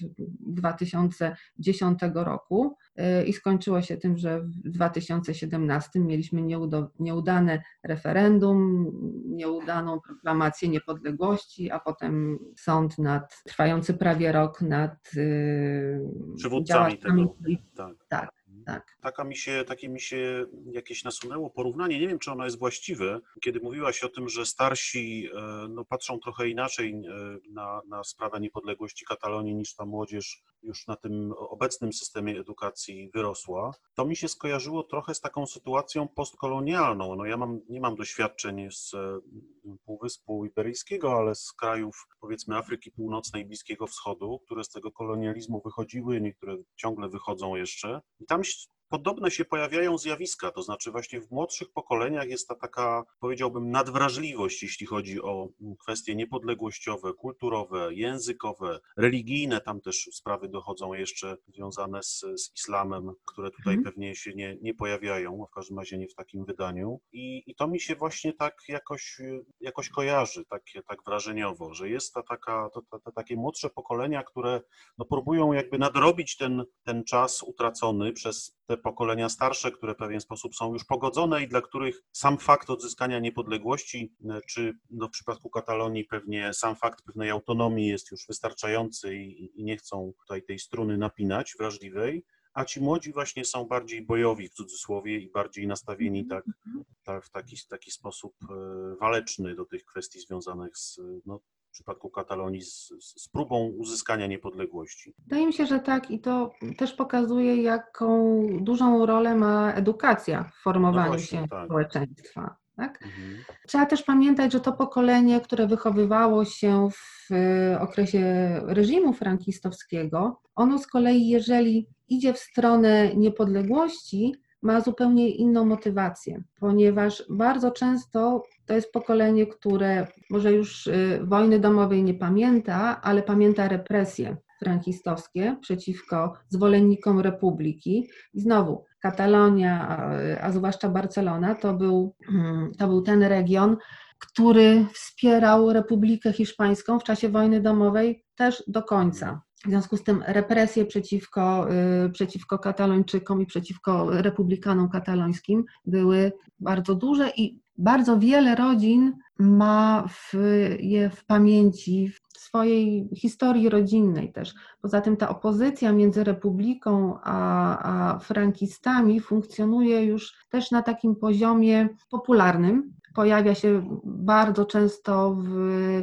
2010 roku i skończyło się tym, że w 2017 mieliśmy nieudane referendum, nieudaną proklamację niepodległości, a potem sąd trwający prawie rok nad Przywódcami działaczami. tego. Tak. Tak. Takie mi się jakieś nasunęło porównanie, nie wiem, czy ono jest właściwe, kiedy mówiłaś o tym, że starsi patrzą trochę inaczej na sprawę niepodległości Katalonii niż ta młodzież już na tym obecnym systemie edukacji wyrosła. To mi się skojarzyło trochę z taką sytuacją postkolonialną. Ja nie mam doświadczeń z Półwyspu Iberyjskiego, ale z krajów, powiedzmy, Afryki Północnej, Bliskiego Wschodu, które z tego kolonializmu wychodziły, niektóre ciągle wychodzą jeszcze. I tam podobne się pojawiają zjawiska, to znaczy właśnie w młodszych pokoleniach jest ta taka, powiedziałbym, nadwrażliwość, jeśli chodzi o kwestie niepodległościowe, kulturowe, językowe, religijne, tam też sprawy dochodzą jeszcze związane z islamem, które tutaj pewnie się nie pojawiają, a w każdym razie nie w takim wydaniu. I to mi się właśnie tak jakoś kojarzy, tak wrażeniowo, że jest takie młodsze pokolenia, które próbują jakby nadrobić ten czas utracony przez te pokolenia starsze, które w pewien sposób są już pogodzone i dla których sam fakt odzyskania niepodległości, czy w przypadku Katalonii pewnie sam fakt pewnej autonomii jest już wystarczający i nie chcą tutaj tej struny napinać wrażliwej, a ci młodzi właśnie są bardziej bojowi w cudzysłowie i bardziej nastawieni w taki sposób waleczny do tych kwestii związanych z przypadku Katalonii z próbą uzyskania niepodległości. Wydaje mi się, że tak i to też pokazuje, jaką dużą rolę ma edukacja w No formowaniu właśnie, się tak. społeczeństwa. Tak? Mhm. Trzeba też pamiętać, że to pokolenie, które wychowywało się w okresie reżimu frankistowskiego, ono z kolei, jeżeli idzie w stronę niepodległości, ma zupełnie inną motywację, ponieważ bardzo często to jest pokolenie, które może już wojny domowej nie pamięta, ale pamięta represje frankistowskie przeciwko zwolennikom republiki. I znowu Katalonia, a zwłaszcza Barcelona, to był ten region, który wspierał Republikę Hiszpańską w czasie wojny domowej też do końca. W związku z tym represje przeciwko Katalończykom i przeciwko republikanom katalońskim były bardzo duże i bardzo wiele rodzin ma je w pamięci, w swojej historii rodzinnej też. Poza tym ta opozycja między republiką a frankistami funkcjonuje już też na takim poziomie popularnym. Pojawia się bardzo często w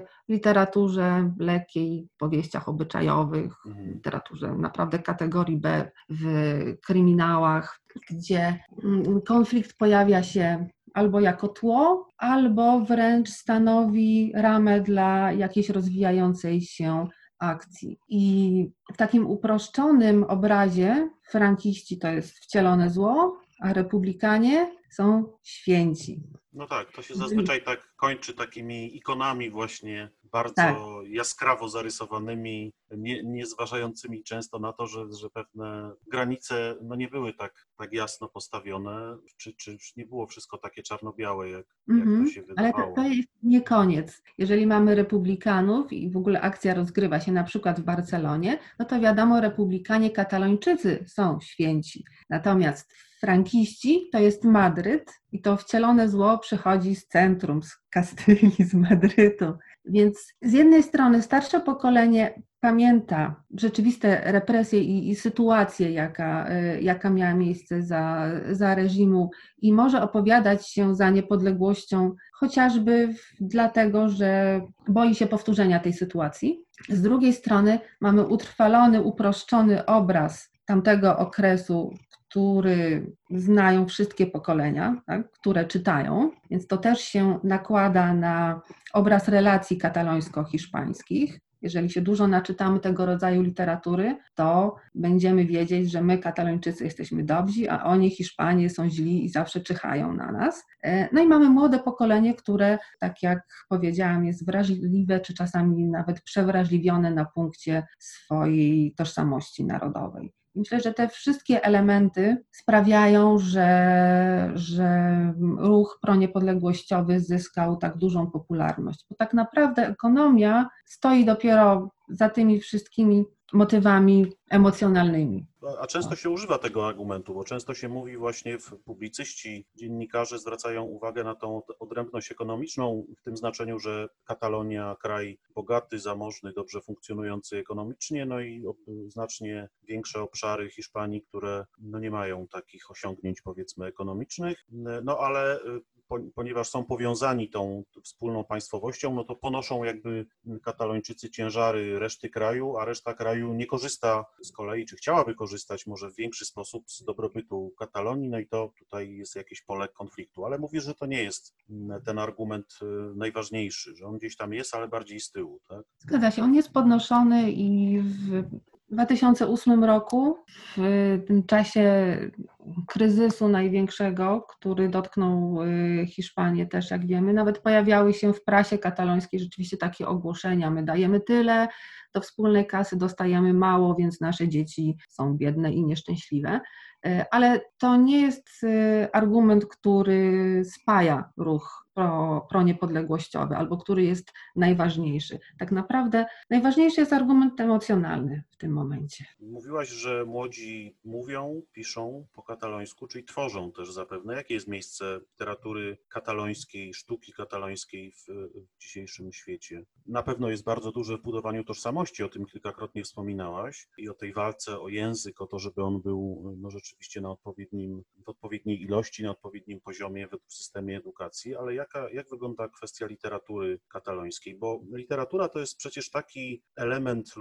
literaturze lekkiej, powieściach obyczajowych, w literaturze naprawdę kategorii B, w kryminałach, gdzie konflikt pojawia się albo jako tło, albo wręcz stanowi ramę dla jakiejś rozwijającej się akcji. I w takim uproszczonym obrazie frankiści to jest wcielone zło, a republikanie są święci. No tak, to się zazwyczaj tak kończy takimi ikonami właśnie Tak. bardzo jaskrawo zarysowanymi, nie zważającymi często na to, że pewne granice no nie były tak jasno postawione, czy nie było wszystko takie czarno-białe, jak to się Ale wydawało. to jest nie koniec. Jeżeli mamy republikanów i w ogóle akcja rozgrywa się na przykład w Barcelonie, no to wiadomo, republikanie katalończycy są święci. Natomiast frankiści to jest Madryt i to wcielone zło przychodzi z centrum, z Kastylii, z Madrytu. Więc z jednej strony starsze pokolenie pamięta rzeczywiste represje i sytuację, jaka miała miejsce za reżimu i może opowiadać się za niepodległością chociażby dlatego, że boi się powtórzenia tej sytuacji. Z drugiej strony mamy utrwalony, uproszczony obraz tamtego okresu, który znają wszystkie pokolenia, tak, które czytają, więc to też się nakłada na obraz relacji katalońsko-hiszpańskich. Jeżeli się dużo naczytamy tego rodzaju literatury, to będziemy wiedzieć, że my, Katalończycy, jesteśmy dobrzy, a oni, Hiszpanie, są źli i zawsze czyhają na nas. No i mamy młode pokolenie, które, tak jak powiedziałam, jest wrażliwe, czy czasami nawet przewrażliwione na punkcie swojej tożsamości narodowej. Myślę, że te wszystkie elementy sprawiają, że ruch proniepodległościowy zyskał tak dużą popularność, bo tak naprawdę ekonomia stoi dopiero za tymi wszystkimi motywami emocjonalnymi. A często się używa tego argumentu, bo często się mówi właśnie, publicyści, dziennikarze zwracają uwagę na tą odrębność ekonomiczną w tym znaczeniu, że Katalonia, kraj bogaty, zamożny, dobrze funkcjonujący ekonomicznie, no i znacznie większe obszary Hiszpanii, które no nie mają takich osiągnięć, powiedzmy, ekonomicznych, no ale ponieważ są powiązani tą wspólną państwowością, no to ponoszą jakby Katalończycy ciężary reszty kraju, a reszta kraju nie korzysta z kolei, czy chciałaby korzystać może w większy sposób z dobrobytu Katalonii, no i to tutaj jest jakieś pole konfliktu. Ale mówię, że to nie jest ten argument najważniejszy, że on gdzieś tam jest, ale bardziej z tyłu, tak? Zgadza się, on jest podnoszony i w 2008 roku, w tym czasie kryzysu największego, który dotknął Hiszpanię też, jak wiemy, nawet pojawiały się w prasie katalońskiej rzeczywiście takie ogłoszenia, my dajemy tyle, do wspólnej kasy dostajemy mało, więc nasze dzieci są biedne i nieszczęśliwe. Ale to nie jest argument, który spaja ruch proniepodległościowy albo który jest najważniejszy. Tak naprawdę najważniejszy jest argument emocjonalny w tym momencie. Mówiłaś, że młodzi mówią, piszą po katalońsku, czyli tworzą też zapewne. Jakie jest miejsce literatury katalońskiej, sztuki katalońskiej w dzisiejszym świecie? Na pewno jest bardzo duże w budowaniu tożsamości, o tym kilkakrotnie wspominałaś, i o tej walce o język, o to, żeby on był no, rzeczywiście w odpowiedniej ilości, na odpowiednim poziomie w systemie edukacji, ale jak wygląda kwestia literatury katalońskiej? Bo literatura to jest przecież taki element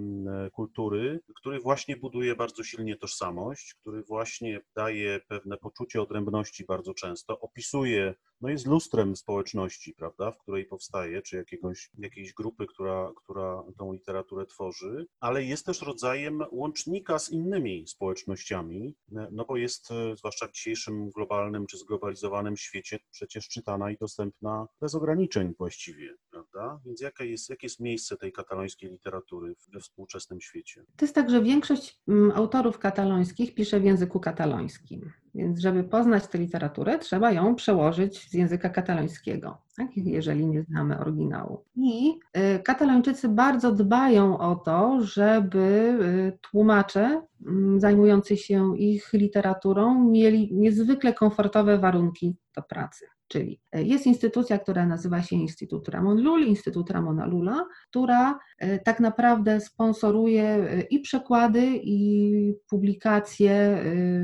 kultury, który właśnie buduje bardzo silnie tożsamość, który właśnie daje pewne poczucie odrębności bardzo często, opisuje, no jest lustrem społeczności, prawda, w której powstaje, czy jakiejś grupy, która tą literaturę tworzy, ale jest też rodzajem łącznika z innymi społecznościami, no bo jest, zwłaszcza w dzisiejszym globalnym czy zglobalizowanym świecie, przecież czytana i dostępna bez ograniczeń właściwie, prawda? Więc jakie jest miejsce tej katalońskiej literatury we współczesnym świecie? To jest tak, że większość autorów katalońskich pisze w języku katalońskim, więc żeby poznać tę literaturę, trzeba ją przełożyć z języka katalońskiego, tak? Jeżeli nie znamy oryginału. I Katalończycy bardzo dbają o to, żeby tłumacze zajmujący się ich literaturą mieli niezwykle komfortowe warunki do pracy. Czyli jest instytucja, która nazywa się Instytut Ramon Lull, Instytut Ramona Lulla, która tak naprawdę sponsoruje i przekłady, i publikacje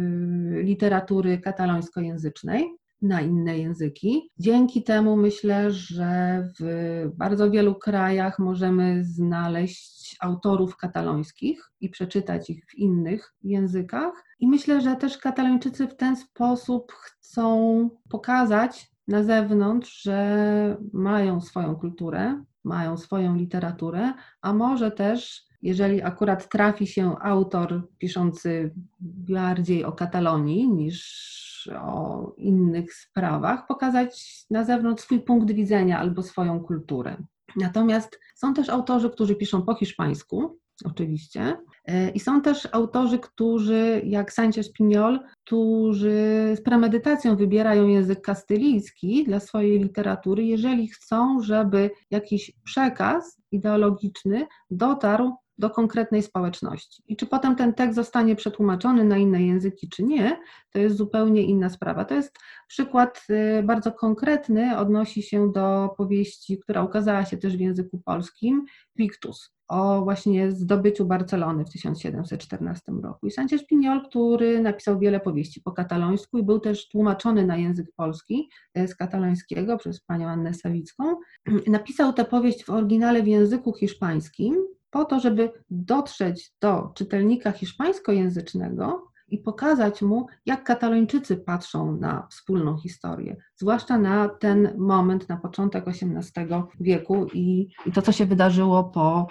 literatury katalońskojęzycznej na inne języki. Dzięki temu myślę, że w bardzo wielu krajach możemy znaleźć autorów katalońskich i przeczytać ich w innych językach. I myślę, że też Katalończycy w ten sposób chcą pokazać na zewnątrz, że mają swoją kulturę, mają swoją literaturę, a może też, jeżeli akurat trafi się autor piszący bardziej o Katalonii niż o innych sprawach, pokazać na zewnątrz swój punkt widzenia albo swoją kulturę. Natomiast są też autorzy, którzy piszą po hiszpańsku, oczywiście, i są też autorzy, którzy, jak Sánchez Piñol, którzy z premedytacją wybierają język kastylijski dla swojej literatury, jeżeli chcą, żeby jakiś przekaz ideologiczny dotarł do konkretnej społeczności. I czy potem ten tekst zostanie przetłumaczony na inne języki, czy nie, to jest zupełnie inna sprawa. To jest przykład bardzo konkretny, odnosi się do powieści, która ukazała się też w języku polskim, Pictus, o właśnie zdobyciu Barcelony w 1714 roku. I Sánchez Piñol, który napisał wiele powieści po katalońsku i był też tłumaczony na język polski z katalońskiego przez panią Annę Sawicką, napisał tę powieść w oryginale w języku hiszpańskim, po to, żeby dotrzeć do czytelnika hiszpańskojęzycznego i pokazać mu, jak Katalończycy patrzą na wspólną historię, zwłaszcza na ten moment, na początek XVIII wieku i to, co się wydarzyło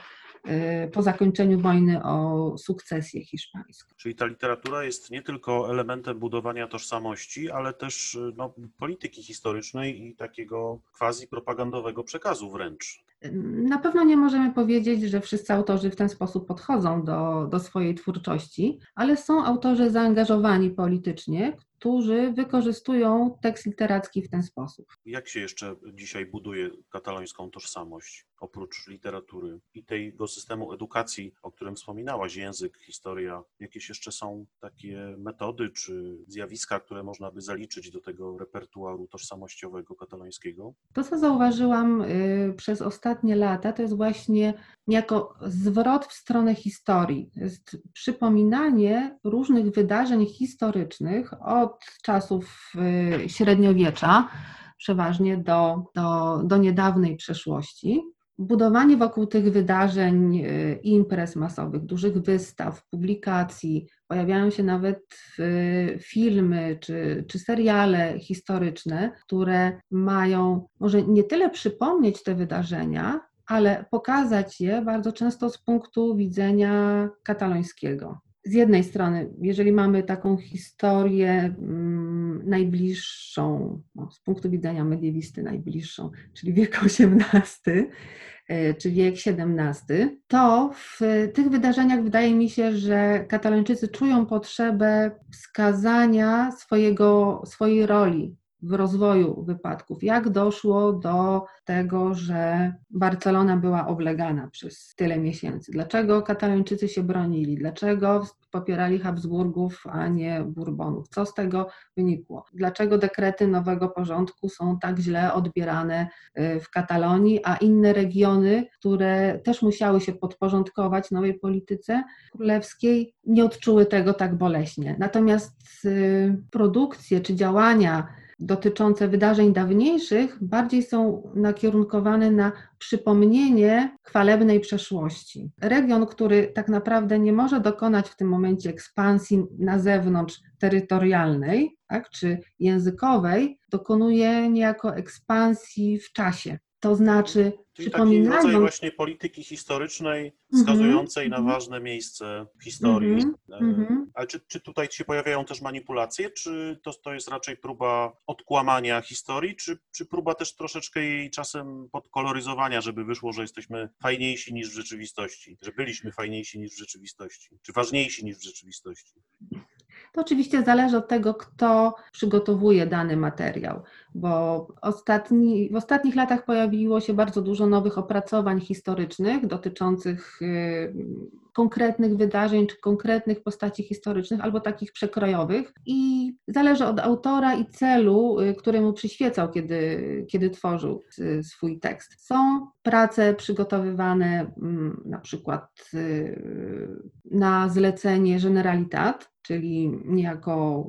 po zakończeniu wojny o sukcesję hiszpańską. Czyli ta literatura jest nie tylko elementem budowania tożsamości, ale też polityki historycznej i takiego quasi-propagandowego przekazu wręcz. Na pewno nie możemy powiedzieć, że wszyscy autorzy w ten sposób podchodzą do swojej twórczości, ale są autorzy zaangażowani politycznie, którzy wykorzystują tekst literacki w ten sposób. Jak się jeszcze dzisiaj buduje katalońską tożsamość, oprócz literatury i tego systemu edukacji, o którym wspominałaś, język, historia? Jakieś jeszcze są takie metody czy zjawiska, które można by zaliczyć do tego repertuaru tożsamościowego katalońskiego? To, co zauważyłam przez ostatnie lata, to jest właśnie niejako zwrot w stronę historii. To jest przypominanie różnych wydarzeń historycznych od czasów średniowiecza, przeważnie do niedawnej przeszłości. Budowanie wokół tych wydarzeń imprez masowych, dużych wystaw, publikacji, pojawiają się nawet filmy czy seriale historyczne, które mają może nie tyle przypomnieć te wydarzenia, ale pokazać je bardzo często z punktu widzenia katalońskiego. Z jednej strony, jeżeli mamy taką historię najbliższą, z punktu widzenia mediewisty najbliższą, czyli wiek XVIII czy wiek XVII, to w tych wydarzeniach wydaje mi się, że Katalończycy czują potrzebę wskazania swojej roli w rozwoju wypadków. Jak doszło do tego, że Barcelona była oblegana przez tyle miesięcy? Dlaczego Katalończycy się bronili? Dlaczego popierali Habsburgów, a nie Bourbonów? Co z tego wynikło? Dlaczego dekrety nowego porządku są tak źle odbierane w Katalonii, a inne regiony, które też musiały się podporządkować nowej polityce królewskiej, nie odczuły tego tak boleśnie? Natomiast produkcje czy działania dotyczące wydarzeń dawniejszych bardziej są nakierunkowane na przypomnienie chwalebnej przeszłości. Region, który tak naprawdę nie może dokonać w tym momencie ekspansji na zewnątrz terytorialnej, tak, czy językowej, dokonuje niejako ekspansji w czasie. To znaczy, Czyli taki rodzaj przypominając... właśnie polityki historycznej wskazującej na ważne miejsce w historii. Ale czy tutaj się pojawiają też manipulacje, czy to jest raczej próba odkłamania historii, czy próba też troszeczkę jej czasem podkoloryzowania, żeby wyszło, że jesteśmy fajniejsi niż w rzeczywistości, że byliśmy fajniejsi niż w rzeczywistości, czy ważniejsi niż w rzeczywistości? To oczywiście zależy od tego, kto przygotowuje dany materiał, bo w ostatnich latach pojawiło się bardzo dużo nowych opracowań historycznych dotyczących konkretnych wydarzeń czy konkretnych postaci historycznych albo takich przekrojowych i zależy od autora i celu, któremu przyświecał, kiedy tworzył swój tekst. Są prace przygotowywane na przykład na zlecenie Generalitat, czyli niejako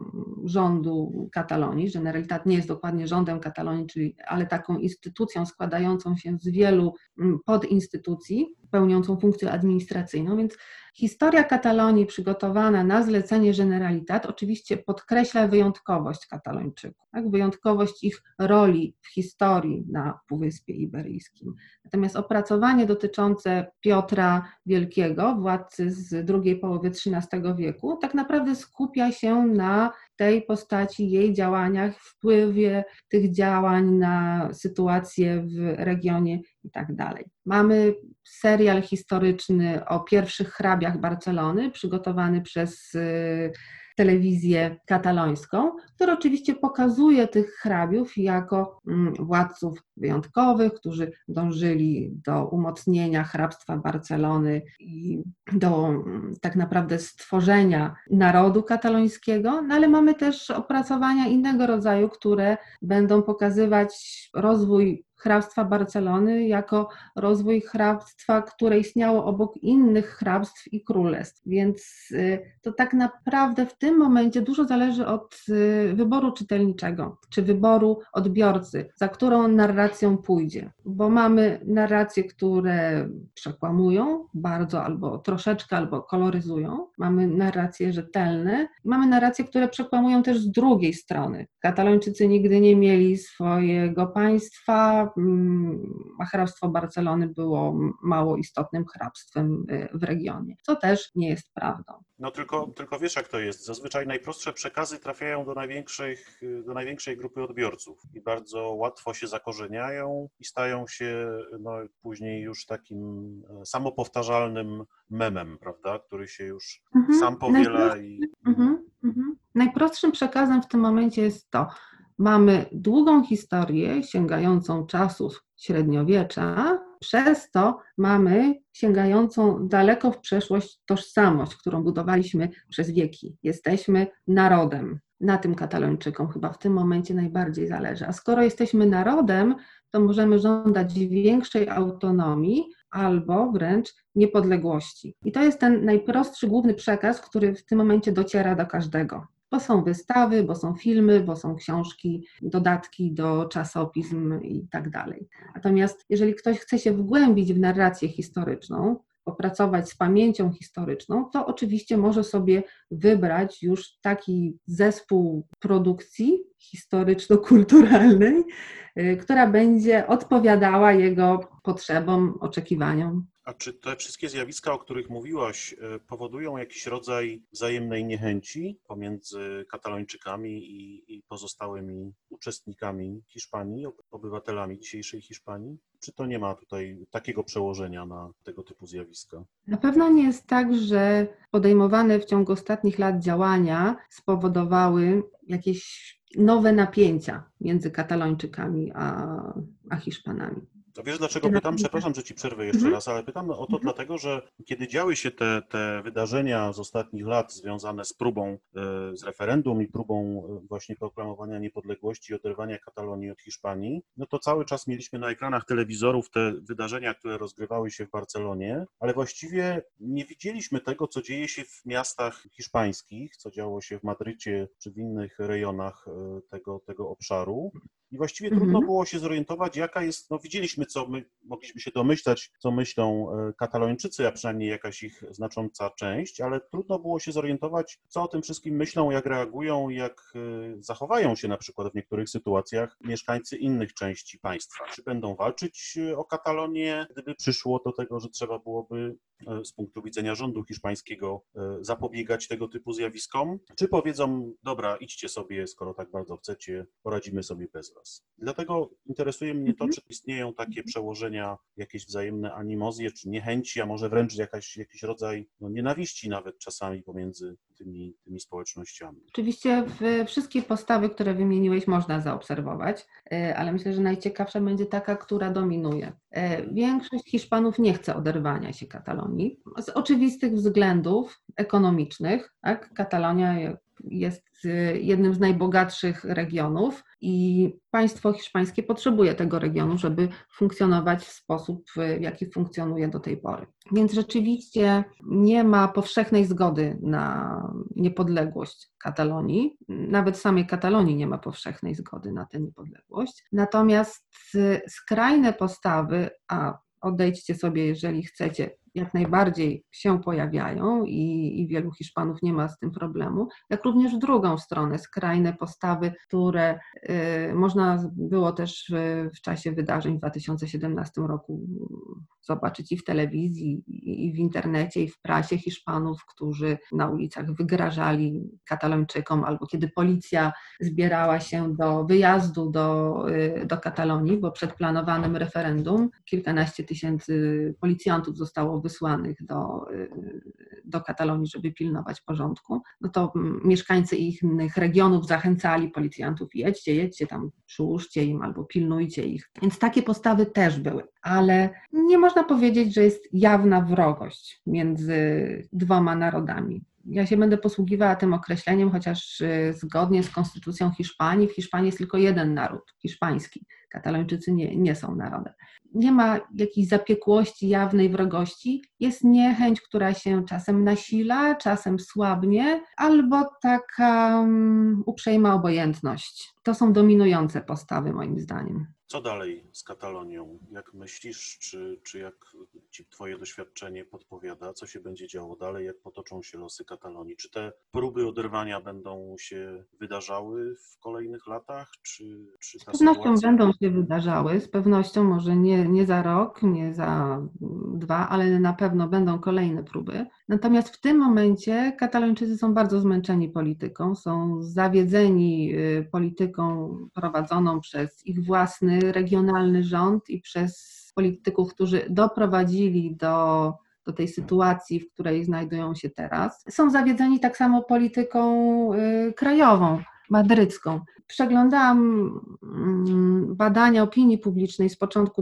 rządu Katalonii. Generalitat nie jest dokładnie rządem Katalonii, ale taką instytucją składającą się z wielu podinstytucji, pełniącą funkcję administracyjną, więc historia Katalonii przygotowana na zlecenie Generalitat oczywiście podkreśla wyjątkowość Katalończyków, tak? Wyjątkowość ich roli w historii na Półwyspie Iberyjskim. Natomiast opracowanie dotyczące Piotra Wielkiego, władcy z drugiej połowy XIII wieku, tak naprawdę skupia się na tej postaci, jej działaniach, wpływie tych działań na sytuację w regionie i tak dalej. Mamy serial historyczny o pierwszych hrabiach Barcelony, przygotowany przez telewizję katalońską, która oczywiście pokazuje tych hrabiów jako władców wyjątkowych, którzy dążyli do umocnienia hrabstwa Barcelony i do tak naprawdę stworzenia narodu katalońskiego, no ale mamy też opracowania innego rodzaju, które będą pokazywać rozwój hrabstwa Barcelony jako rozwój hrabstwa, które istniało obok innych hrabstw i królestw. Więc to tak naprawdę w tym momencie dużo zależy od wyboru czytelniczego, czy wyboru odbiorcy, za którą narracją pójdzie. Bo mamy narracje, które przekłamują bardzo albo troszeczkę, albo koloryzują. Mamy narracje rzetelne. Mamy narracje, które przekłamują też z drugiej strony. Katalończycy nigdy nie mieli swojego państwa, a hrabstwo Barcelony było mało istotnym hrabstwem w regionie, co też nie jest prawdą. No tylko wiesz, jak to jest. Zazwyczaj najprostsze przekazy trafiają do największej grupy odbiorców i bardzo łatwo się zakorzeniają i stają się później już takim samopowtarzalnym memem, prawda, który się już sam powiela. Najprostszym przekazem w tym momencie jest to: mamy długą historię sięgającą czasów średniowiecza, przez to mamy sięgającą daleko w przeszłość tożsamość, którą budowaliśmy przez wieki. Jesteśmy narodem. Na tym Katalończykom chyba w tym momencie najbardziej zależy. A skoro jesteśmy narodem, to możemy żądać większej autonomii albo wręcz niepodległości. I to jest ten najprostszy, główny przekaz, który w tym momencie dociera do każdego. Bo są wystawy, bo są filmy, bo są książki, dodatki do czasopism i tak dalej. Natomiast jeżeli ktoś chce się wgłębić w narrację historyczną, popracować z pamięcią historyczną, to oczywiście może sobie wybrać już taki zespół produkcji historyczno-kulturalnej, która będzie odpowiadała jego potrzebom, oczekiwaniom. A czy te wszystkie zjawiska, o których mówiłaś, powodują jakiś rodzaj wzajemnej niechęci pomiędzy Katalończykami i pozostałymi uczestnikami Hiszpanii, obywatelami dzisiejszej Hiszpanii? Czy to nie ma tutaj takiego przełożenia na tego typu zjawiska? Na pewno nie jest tak, że podejmowane w ciągu ostatnich lat działania spowodowały jakieś nowe napięcia między Katalończykami a Hiszpanami. A wiesz, dlaczego pytam? Przepraszam, że ci przerwę jeszcze raz, ale pytam o to dlatego, że kiedy działy się te wydarzenia z ostatnich lat związane z próbą, z referendum i próbą właśnie proklamowania niepodległości i oderwania Katalonii od Hiszpanii, no to cały czas mieliśmy na ekranach telewizorów te wydarzenia, które rozgrywały się w Barcelonie, ale właściwie nie widzieliśmy tego, co dzieje się w miastach hiszpańskich, co działo się w Madrycie czy w innych rejonach tego obszaru. I właściwie trudno było się zorientować, jaka jest, no widzieliśmy, mogliśmy się domyślać, co myślą Katalończycy, a przynajmniej jakaś ich znacząca część, ale trudno było się zorientować, co o tym wszystkim myślą, jak reagują, jak zachowają się na przykład w niektórych sytuacjach mieszkańcy innych części państwa. Czy będą walczyć o Katalonię, gdyby przyszło do tego, że trzeba byłoby z punktu widzenia rządu hiszpańskiego zapobiegać tego typu zjawiskom, czy powiedzą, dobra, idźcie sobie, skoro tak bardzo chcecie, poradzimy sobie bez was. Dlatego interesuje mnie to, czy istnieją takie przełożenia, jakieś wzajemne animozje, czy niechęci, a może wręcz jakiś rodzaj nienawiści nawet czasami pomiędzy tymi społecznościami. Oczywiście wszystkie postawy, które wymieniłeś, można zaobserwować, ale myślę, że najciekawsza będzie taka, która dominuje. Większość Hiszpanów nie chce oderwania się Katalonii z oczywistych względów ekonomicznych. Tak? Katalonia jest jednym z najbogatszych regionów i państwo hiszpańskie potrzebuje tego regionu, żeby funkcjonować w sposób, w jaki funkcjonuje do tej pory. Więc rzeczywiście nie ma powszechnej zgody na niepodległość Katalonii. Nawet w samej Katalonii nie ma powszechnej zgody na tę niepodległość. Natomiast skrajne postawy, odejdźcie sobie, jeżeli chcecie, jak najbardziej się pojawiają i wielu Hiszpanów nie ma z tym problemu, jak również w drugą stronę skrajne postawy, które można było też w czasie wydarzeń w 2017 roku zobaczyć i w telewizji, i w internecie, i w prasie Hiszpanów, którzy na ulicach wygrażali Katalończykom, albo kiedy policja zbierała się do wyjazdu do Katalonii, bo przed planowanym referendum kilkanaście tysięcy policjantów zostało wysłanych do Katalonii, żeby pilnować porządku, no to mieszkańcy innych regionów zachęcali policjantów, jedźcie tam, przyłóżcie im albo pilnujcie ich. Więc takie postawy też były, ale nie można powiedzieć, że jest jawna wrogość między dwoma narodami. Ja się będę posługiwała tym określeniem, chociaż zgodnie z konstytucją Hiszpanii, w Hiszpanii jest tylko jeden naród, hiszpański. Katalończycy nie są narodem. Nie ma jakiejś zapiekłości, jawnej wrogości, jest niechęć, która się czasem nasila, czasem słabnie, albo taka uprzejma obojętność. To są dominujące postawy moim zdaniem. Co dalej z Katalonią? Jak myślisz, czy jak ci twoje doświadczenie podpowiada, co się będzie działo dalej, jak potoczą się losy Katalonii? Czy te próby oderwania będą się wydarzały w kolejnych latach, czy ta Z pewnością sytuacja... będą się wydarzały, z pewnością może nie za rok, nie za 2, ale na pewno będą kolejne próby. Natomiast w tym momencie Katalończycy są bardzo zmęczeni polityką, są zawiedzeni polityką prowadzoną przez ich własny regionalny rząd i przez polityków, którzy doprowadzili do tej sytuacji, w której znajdują się teraz. Są zawiedzeni tak samo polityką krajową, madrycką. Przeglądałam badania opinii publicznej z początku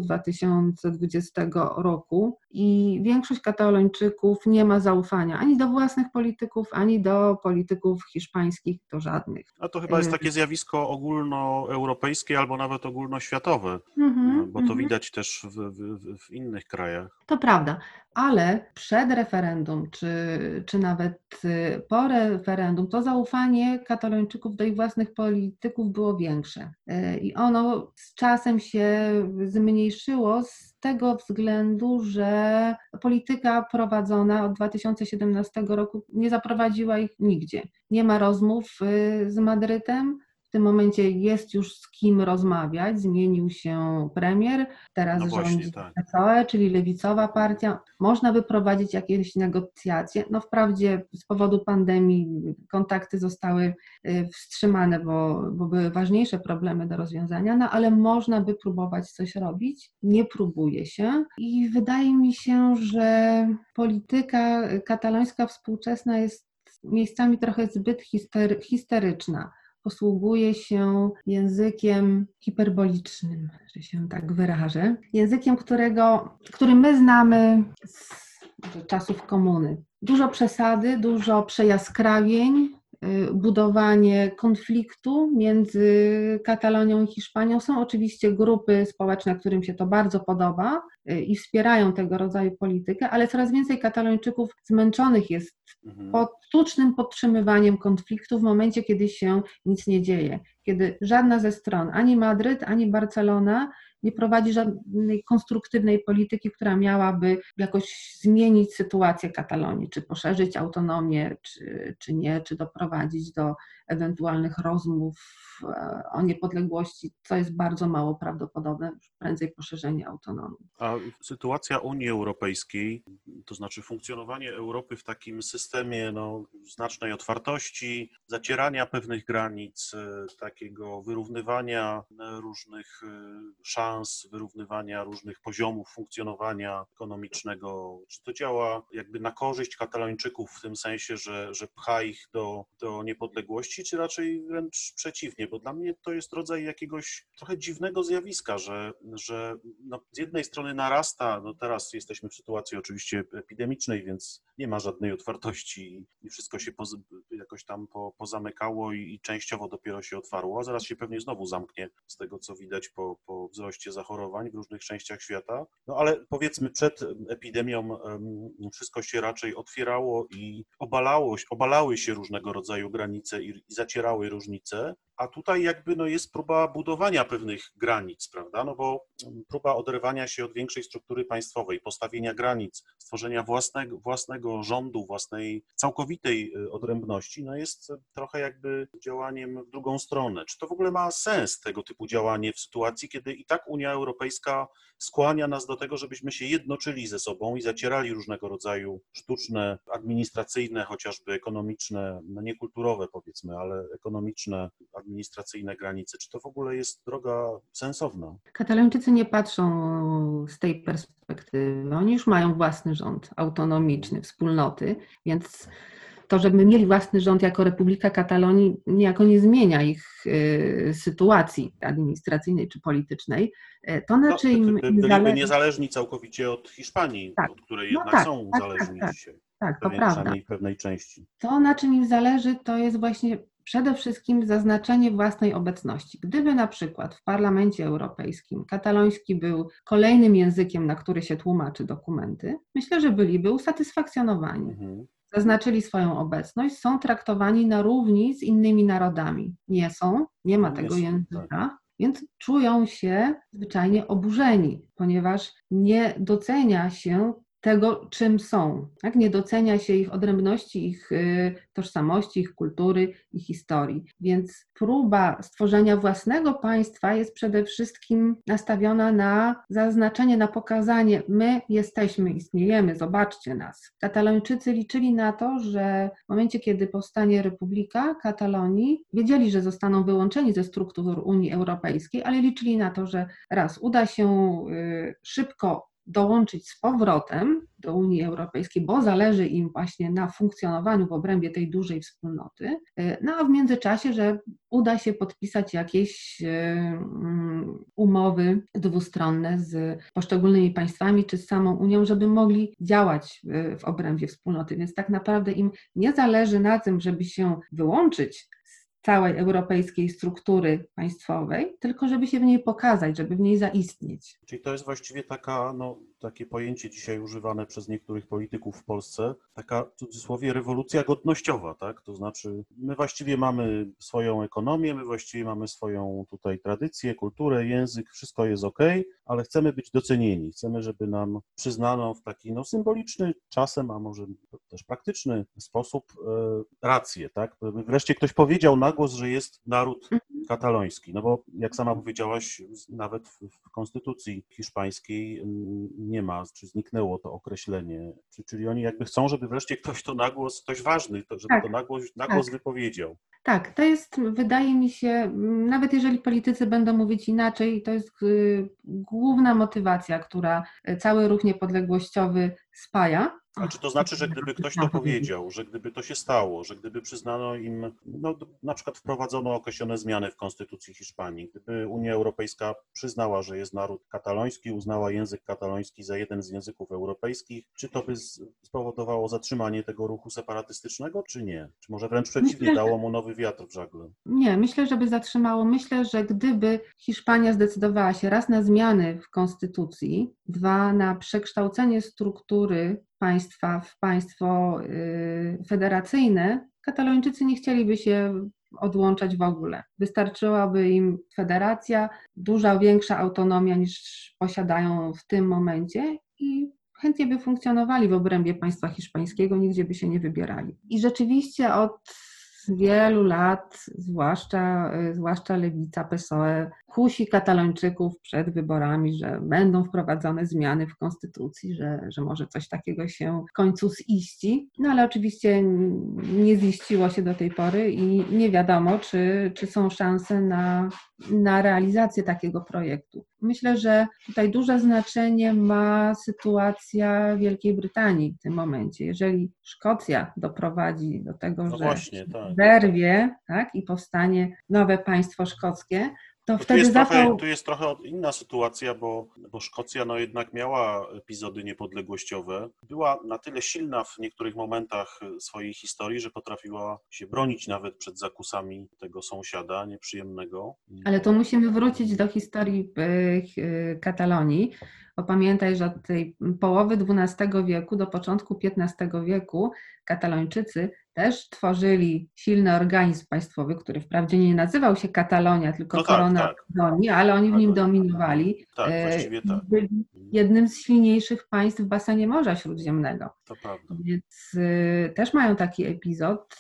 2020 roku i większość Katalończyków nie ma zaufania ani do własnych polityków, ani do polityków hiszpańskich, do żadnych. A to chyba jest takie zjawisko ogólnoeuropejskie albo nawet ogólnoświatowe, bo to widać też w innych krajach. To prawda, ale przed referendum, czy nawet po referendum, to zaufanie Katalończyków do ich własnych polityków było większe. I ono z czasem się zmniejszyło z tego względu, że polityka prowadzona od 2017 roku nie zaprowadziła ich nigdzie. Nie ma rozmów z Madrytem. W tym momencie jest już z kim rozmawiać, zmienił się premier, teraz rządzi PSOE, czyli lewicowa partia. Można wyprowadzić jakieś negocjacje. No wprawdzie z powodu pandemii kontakty zostały wstrzymane, bo były ważniejsze problemy do rozwiązania, no ale można by próbować coś robić. Nie próbuje się i wydaje mi się, że polityka katalońska współczesna jest miejscami trochę zbyt histeryczna. posługuje się językiem hiperbolicznym, że się tak wyrażę. Językiem, który my znamy z czasów komuny. Dużo przesady, dużo przejaskrawień, budowanie konfliktu między Katalonią i Hiszpanią. Są oczywiście grupy społeczne, którym się to bardzo podoba i wspierają tego rodzaju politykę, ale coraz więcej Katalończyków zmęczonych jest sztucznym podtrzymywaniem konfliktu w momencie, kiedy się nic nie dzieje, kiedy żadna ze stron, ani Madryt, ani Barcelona nie prowadzi żadnej konstruktywnej polityki, która miałaby jakoś zmienić sytuację Katalonii, czy poszerzyć autonomię, czy nie, czy doprowadzić do ewentualnych rozmów o niepodległości, co jest bardzo mało prawdopodobne, prędzej poszerzenie autonomii. A sytuacja Unii Europejskiej, to znaczy funkcjonowanie Europy w takim systemie znacznej otwartości, zacierania pewnych granic, takiego wyrównywania różnych szans, wyrównywania różnych poziomów funkcjonowania ekonomicznego, czy to działa jakby na korzyść Katalończyków w tym sensie, że pcha ich do niepodległości, czy raczej wręcz przeciwnie, bo dla mnie to jest rodzaj jakiegoś trochę dziwnego zjawiska, że z jednej strony narasta, teraz jesteśmy w sytuacji oczywiście epidemicznej, więc nie ma żadnej otwartości i wszystko się jakoś tam pozamykało i częściowo dopiero się otwarło, a zaraz się pewnie znowu zamknie z tego, co widać po wzroście zachorowań w różnych częściach świata. Ale powiedzmy przed epidemią wszystko się raczej otwierało i obalały się różnego rodzaju granice i zacierały różnice, a tutaj jakby jest próba budowania pewnych granic, prawda, bo próba oderwania się od większej struktury państwowej, postawienia granic, stworzenia własnego rządu, własnej całkowitej odrębności, jest trochę jakby działaniem w drugą stronę. Czy to w ogóle ma sens, tego typu działanie w sytuacji, kiedy i tak Unia Europejska skłania nas do tego, żebyśmy się jednoczyli ze sobą i zacierali różnego rodzaju sztuczne, administracyjne, chociażby ekonomiczne, niekulturowe powiedzmy, ale ekonomiczne, administracyjne granice. Czy to w ogóle jest droga sensowna? Katalończycy nie patrzą z tej perspektywy. Oni już mają własny rząd autonomiczny, wspólnoty, więc to, żeby mieli własny rząd jako Republika Katalonii, niejako nie zmienia ich sytuacji administracyjnej czy politycznej. To znaczy byliby niezależni całkowicie od Hiszpanii, tak, od której jednak są zależni dzisiaj. Tak, to prawda. Przynajmniej w pewnej części. To, na czym im zależy, to jest właśnie przede wszystkim zaznaczenie własnej obecności. Gdyby na przykład w Parlamencie Europejskim kataloński był kolejnym językiem, na który się tłumaczy dokumenty, myślę, że byliby usatysfakcjonowani. Zaznaczyli swoją obecność, są traktowani na równi z innymi narodami. Nie ma tego języka, tak. Więc czują się zwyczajnie oburzeni, ponieważ nie docenia się tego, czym są. Tak? Nie docenia się ich odrębności, ich tożsamości, ich kultury, ich historii. Więc próba stworzenia własnego państwa jest przede wszystkim nastawiona na zaznaczenie, na pokazanie, my jesteśmy, istniejemy, zobaczcie nas. Katalończycy liczyli na to, że w momencie, kiedy powstanie Republika Katalonii, wiedzieli, że zostaną wyłączeni ze struktur Unii Europejskiej, ale liczyli na to, że raz uda się szybko dołączyć z powrotem do Unii Europejskiej, bo zależy im właśnie na funkcjonowaniu w obrębie tej dużej wspólnoty, a w międzyczasie, że uda się podpisać jakieś umowy dwustronne z poszczególnymi państwami czy z samą Unią, żeby mogli działać w obrębie wspólnoty. Więc tak naprawdę im nie zależy na tym, żeby się wyłączyć całej europejskiej struktury państwowej, tylko żeby się w niej pokazać, żeby w niej zaistnieć. Czyli to jest właściwie takie pojęcie dzisiaj używane przez niektórych polityków w Polsce, taka w cudzysłowie rewolucja godnościowa, tak? To znaczy my właściwie mamy swoją ekonomię, my właściwie mamy swoją tutaj tradycję, kulturę, język, wszystko jest okej, ale chcemy być docenieni, chcemy, żeby nam przyznano w taki symboliczny czasem, a może też praktyczny sposób rację, tak? Wreszcie ktoś powiedział na głos, że jest naród kataloński, bo jak sama powiedziałaś, nawet w konstytucji hiszpańskiej nie ma, czy zniknęło to określenie, czyli oni jakby chcą, żeby wreszcie ktoś ktoś ważny, żeby to na głos wypowiedział. Tak, to jest, wydaje mi się, nawet jeżeli politycy będą mówić inaczej, to jest główna motywacja, która cały ruch niepodległościowy spaja. A czy to znaczy, że gdyby ktoś to powiedział, że gdyby to się stało, że gdyby przyznano im, no, na przykład wprowadzono określone zmiany w konstytucji Hiszpanii, gdyby Unia Europejska przyznała, że jest naród kataloński, uznała język kataloński za jeden z języków europejskich, czy to by spowodowało zatrzymanie tego ruchu separatystycznego, czy nie? Czy może wręcz przeciwnie, dało mu nowy wiatr w żagle? Nie, myślę, że by zatrzymało. Myślę, że gdyby Hiszpania zdecydowała się raz na zmiany w konstytucji, dwa na przekształcenie struktury państwa w państwo federacyjne, Katalończycy nie chcieliby się odłączać w ogóle. Wystarczyłaby im federacja, duża, większa autonomia niż posiadają w tym momencie i chętnie by funkcjonowali w obrębie państwa hiszpańskiego, nigdzie by się nie wybierali. I rzeczywiście od wielu lat, zwłaszcza lewica, PSOE, kusi Katalończyków przed wyborami, że będą wprowadzone zmiany w konstytucji, że może coś takiego się w końcu ziści. No ale oczywiście nie ziściło się do tej pory i nie wiadomo, czy są szanse na realizację takiego projektu. Myślę, że tutaj duże znaczenie ma sytuacja Wielkiej Brytanii w tym momencie. Jeżeli Szkocja doprowadzi do tego, No że właśnie, tak. zerwie, tak, i powstanie nowe państwo szkockie, to Tu wtedy jest trochę inna sytuacja, bo Szkocja no jednak miała epizody niepodległościowe. Była na tyle silna w niektórych momentach swojej historii, że potrafiła się bronić nawet przed zakusami tego sąsiada nieprzyjemnego. Ale to musimy wrócić do historii Katalonii, bo pamiętaj, że od tej połowy XII wieku do początku XV wieku Katalończycy też tworzyli silny organizm państwowy, który wprawdzie nie nazywał się Katalonia, tylko No tak, Korona tak. Aragonii, ale oni w nim dominowali. Tak, właściwie tak. Byli jednym z silniejszych państw w basenie Morza Śródziemnego. To prawda. Więc też mają taki epizod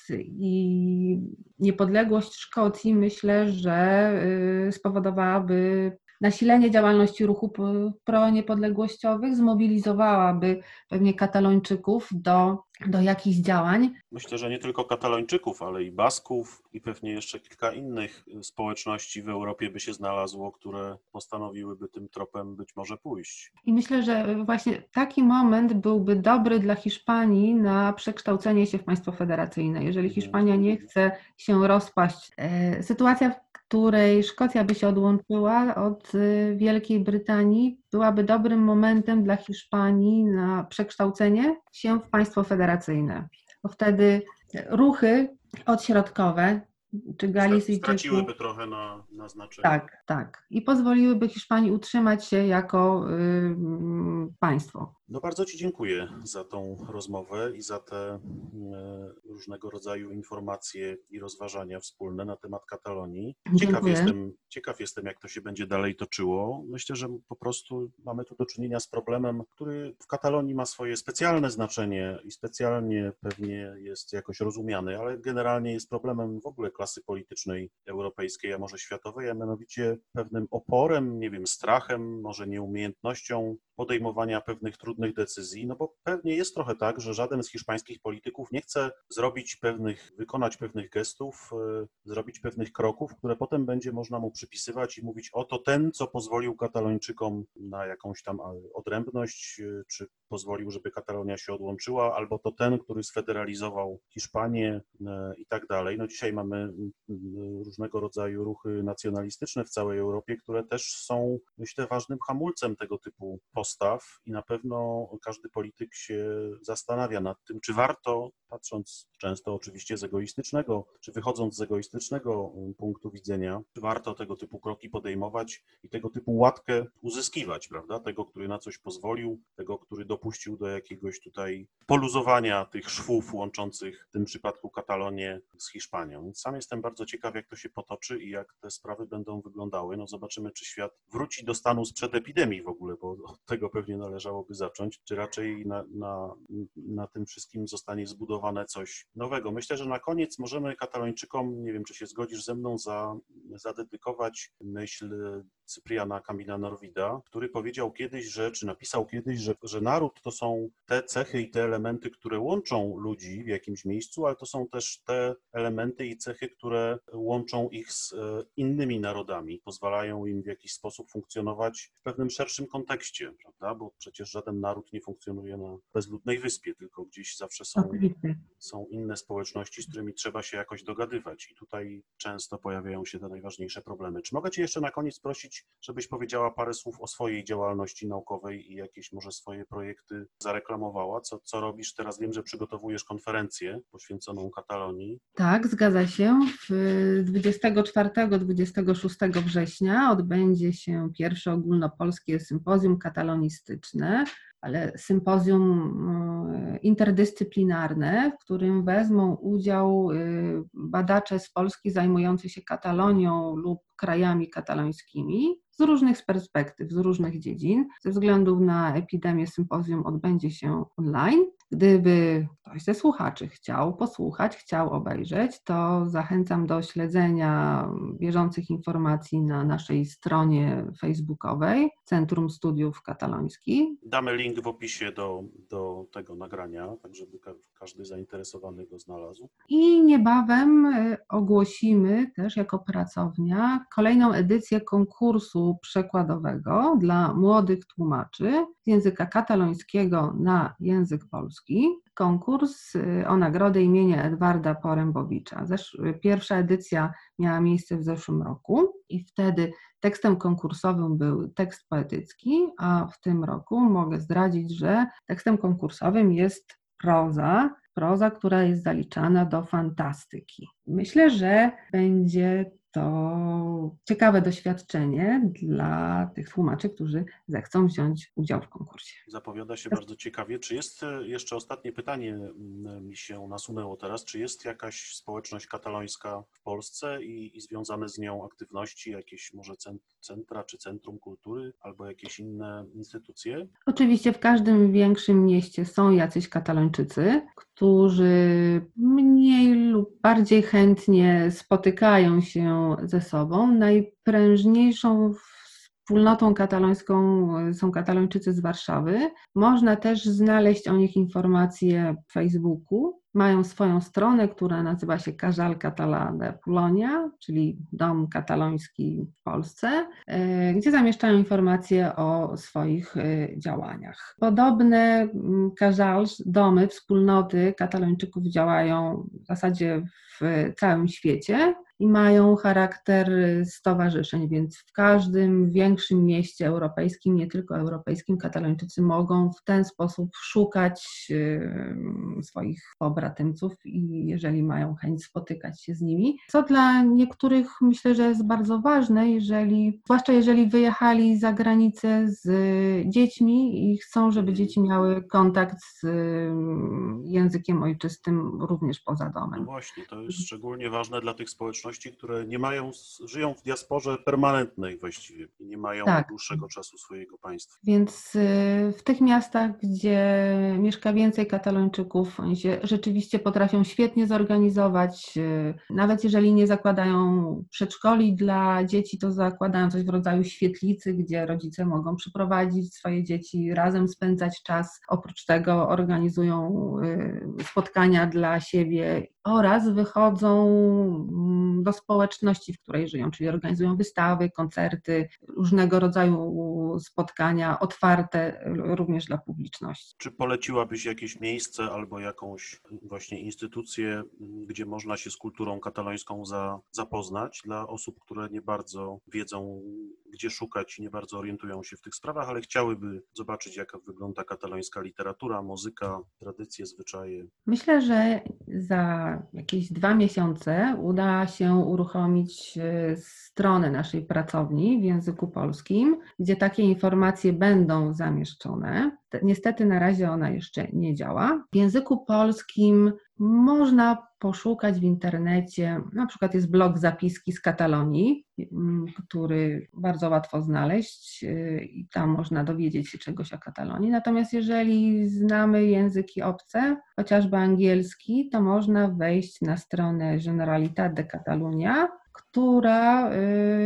i niepodległość Szkocji myślę, że spowodowałaby nasilenie działalności ruchu proniepodległościowych, zmobilizowałaby pewnie Katalończyków do jakichś działań. Myślę, że nie tylko Katalończyków, ale i Basków i pewnie jeszcze kilka innych społeczności w Europie by się znalazło, które postanowiłyby tym tropem być może pójść. I myślę, że właśnie taki moment byłby dobry dla Hiszpanii na przekształcenie się w państwo federacyjne. Jeżeli Hiszpania nie chce się rozpaść, sytuacja, w której Szkocja by się odłączyła od Wielkiej Brytanii, byłaby dobrym momentem dla Hiszpanii na przekształcenie się w państwo federacyjne. Bo wtedy ruchy odśrodkowe, czy Galicyjczyków, straciłyby trochę na znaczeniu. Tak, tak. I pozwoliłyby Hiszpanii utrzymać się jako państwo. No bardzo Ci dziękuję za tą rozmowę i za te różnego rodzaju informacje i rozważania wspólne na temat Katalonii. Ciekaw jestem, jak to się będzie dalej toczyło. Myślę, że po prostu mamy tu do czynienia z problemem, który w Katalonii ma swoje specjalne znaczenie i specjalnie pewnie jest jakoś rozumiany, ale generalnie jest problemem w ogóle klasy politycznej europejskiej, a może światowej, a mianowicie pewnym oporem, nie wiem, strachem, może nieumiejętnością podejmowania pewnych trudnych decyzji, no bo pewnie jest trochę tak, że żaden z hiszpańskich polityków nie chce wykonać pewnych gestów, zrobić pewnych kroków, które potem będzie można mu przypisywać i mówić, oto ten, co pozwolił Katalończykom na jakąś tam odrębność, czy pozwolił, żeby Katalonia się odłączyła, albo to ten, który sfederalizował Hiszpanię i tak dalej. No dzisiaj mamy różnego rodzaju ruchy nacjonalistyczne w całej Europie, które też są, myślę, ważnym hamulcem tego typu postaw i na pewno każdy polityk się zastanawia nad tym, czy warto, patrząc często oczywiście z egoistycznego, czy wychodząc z egoistycznego punktu widzenia, czy warto tego typu kroki podejmować i tego typu łatkę uzyskiwać, prawda? Tego, który na coś pozwolił, tego, który dopuścił do jakiegoś tutaj poluzowania tych szwów łączących w tym przypadku Katalonię z Hiszpanią. Więc sam jestem bardzo ciekaw, jak to się potoczy i jak te sprawy będą wyglądały. No zobaczymy, czy świat wróci do stanu sprzed epidemii w ogóle, bo od tego pewnie należałoby zacząć, czy raczej na tym wszystkim zostanie zbudowane coś nowego. Myślę, że na koniec możemy Katalończykom, nie wiem, czy się zgodzisz ze mną, zadedykować myśl Cypriana Kamila Norwida, który powiedział kiedyś, czy napisał kiedyś, że naród to są te cechy i te elementy, które łączą ludzi w jakimś miejscu, ale to są też te elementy i cechy, które łączą ich z innymi narodami, pozwalają im w jakiś sposób funkcjonować w pewnym szerszym kontekście, prawda? Bo przecież żaden naród nie funkcjonuje na bezludnej wyspie, tylko gdzieś zawsze Oczywiście. są inne społeczności, z którymi trzeba się jakoś dogadywać i tutaj często pojawiają się te najważniejsze problemy. Czy mogę Cię jeszcze na koniec prosić, żebyś powiedziała parę słów o swojej działalności naukowej i jakieś może swoje projekty zareklamowała? Co robisz teraz? Wiem, że przygotowujesz konferencję poświęconą Katalonii. Tak, zgadza się. 24-26 września odbędzie się pierwsze ogólnopolskie sympozjum katalonistyczne, ale sympozjum interdyscyplinarne, w którym wezmą udział badacze z Polski zajmujący się Katalonią lub krajami katalońskimi z różnych perspektyw, z różnych dziedzin. Ze względu na epidemię sympozjum odbędzie się online. Gdyby ktoś ze słuchaczy chciał posłuchać, chciał obejrzeć, to zachęcam do śledzenia bieżących informacji na naszej stronie facebookowej Centrum Studiów Katalońskich. Damy link w opisie do tego nagrania, tak żeby każdy zainteresowany go znalazł. I niebawem ogłosimy też jako pracownia kolejną edycję konkursu przekładowego dla młodych tłumaczy z języka katalońskiego na język polski. Konkurs o nagrodę imienia Edwarda Porębowicza. Pierwsza edycja miała miejsce w zeszłym roku i wtedy tekstem konkursowym był tekst poetycki, a w tym roku mogę zdradzić, że tekstem konkursowym jest proza, która jest zaliczana do fantastyki. Myślę, że będzie to ciekawe doświadczenie dla tych tłumaczy, którzy zechcą wziąć udział w konkursie. Zapowiada się bardzo ciekawie. Czy jest, jeszcze ostatnie pytanie mi się nasunęło teraz, czy jest jakaś społeczność katalońska w Polsce i związane z nią aktywności, jakieś może centra czy centrum kultury albo jakieś inne instytucje? Oczywiście w każdym większym mieście są jacyś Katalończycy, którzy mniej lub bardziej chętnie spotykają się ze sobą. Najprężniejszą wspólnotą katalońską są Katalończycy z Warszawy. Można też znaleźć o nich informacje w Facebooku. Mają swoją stronę, która nazywa się Casal Català de Polonia, czyli Dom Kataloński w Polsce, gdzie zamieszczają informacje o swoich działaniach. Podobne casals, domy, wspólnoty Katalończyków działają w zasadzie w całym świecie i mają charakter stowarzyszeń, więc w każdym większym mieście europejskim, nie tylko europejskim, Katalończycy mogą w ten sposób szukać swoich pobratymców i jeżeli mają chęć spotykać się z nimi, co dla niektórych myślę, że jest bardzo ważne, zwłaszcza jeżeli wyjechali za granicę z dziećmi i chcą, żeby dzieci miały kontakt z językiem ojczystym również poza domem. No właśnie, to jest szczególnie ważne dla tych społeczności, które żyją w diasporze permanentnej właściwie i nie mają dłuższego czasu swojego państwa. Więc w tych miastach, gdzie mieszka więcej Katalończyków, oni się rzeczywiście potrafią świetnie zorganizować. Nawet jeżeli nie zakładają przedszkoli dla dzieci, to zakładają coś w rodzaju świetlicy, gdzie rodzice mogą przyprowadzić swoje dzieci, razem spędzać czas. Oprócz tego organizują spotkania dla siebie oraz wychodzą do społeczności, w której żyją, czyli organizują wystawy, koncerty, różnego rodzaju spotkania otwarte również dla publiczności. Czy poleciłabyś jakieś miejsce albo jakąś właśnie instytucję, gdzie można się z kulturą katalońską zapoznać dla osób, które nie bardzo wiedzą, gdzie szukać i nie bardzo orientują się w tych sprawach, ale chciałyby zobaczyć, jak wygląda katalońska literatura, muzyka, tradycje, zwyczaje? Myślę, że za jakieś 2 miesiące uda się uruchomić stronę naszej pracowni w języku polskim, gdzie takie informacje będą zamieszczone. Niestety na razie ona jeszcze nie działa. W języku polskim można poszukać w internecie, na przykład jest blog Zapiski z Katalonii, który bardzo łatwo znaleźć i tam można dowiedzieć się czegoś o Katalonii. Natomiast jeżeli znamy języki obce, chociażby angielski, to można wejść na stronę Generalitat de Catalunya, która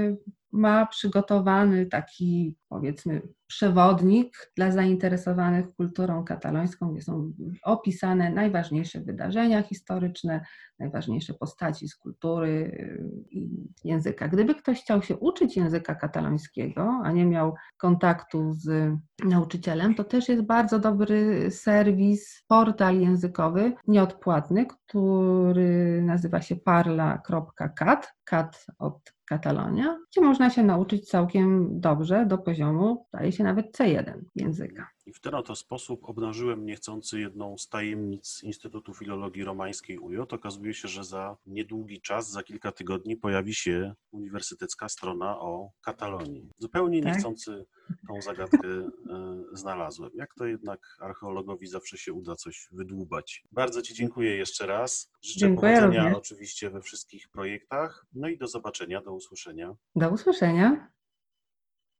ma przygotowany taki, powiedzmy, przewodnik dla zainteresowanych kulturą katalońską, gdzie są opisane najważniejsze wydarzenia historyczne, najważniejsze postaci z kultury i języka. Gdyby ktoś chciał się uczyć języka katalońskiego, a nie miał kontaktu z nauczycielem, to też jest bardzo dobry serwis, portal językowy nieodpłatny, który nazywa się parla.cat, cat od Katalonia, gdzie można się nauczyć całkiem dobrze do poziomu, zdaje się, nawet C1 języka. I w ten oto sposób obnażyłem niechcący jedną z tajemnic Instytutu Filologii Romańskiej UJ. Okazuje się, że za niedługi czas, za kilka tygodni pojawi się uniwersytecka strona o Katalonii. Zupełnie Tak? niechcący tą zagadkę znalazłem. Jak to jednak archeologowi zawsze się uda coś wydłubać. Bardzo Ci dziękuję jeszcze raz. Życzę Dziękuję powodzenia również. oczywiście we wszystkich projektach. No i do zobaczenia, do usłyszenia. Do usłyszenia.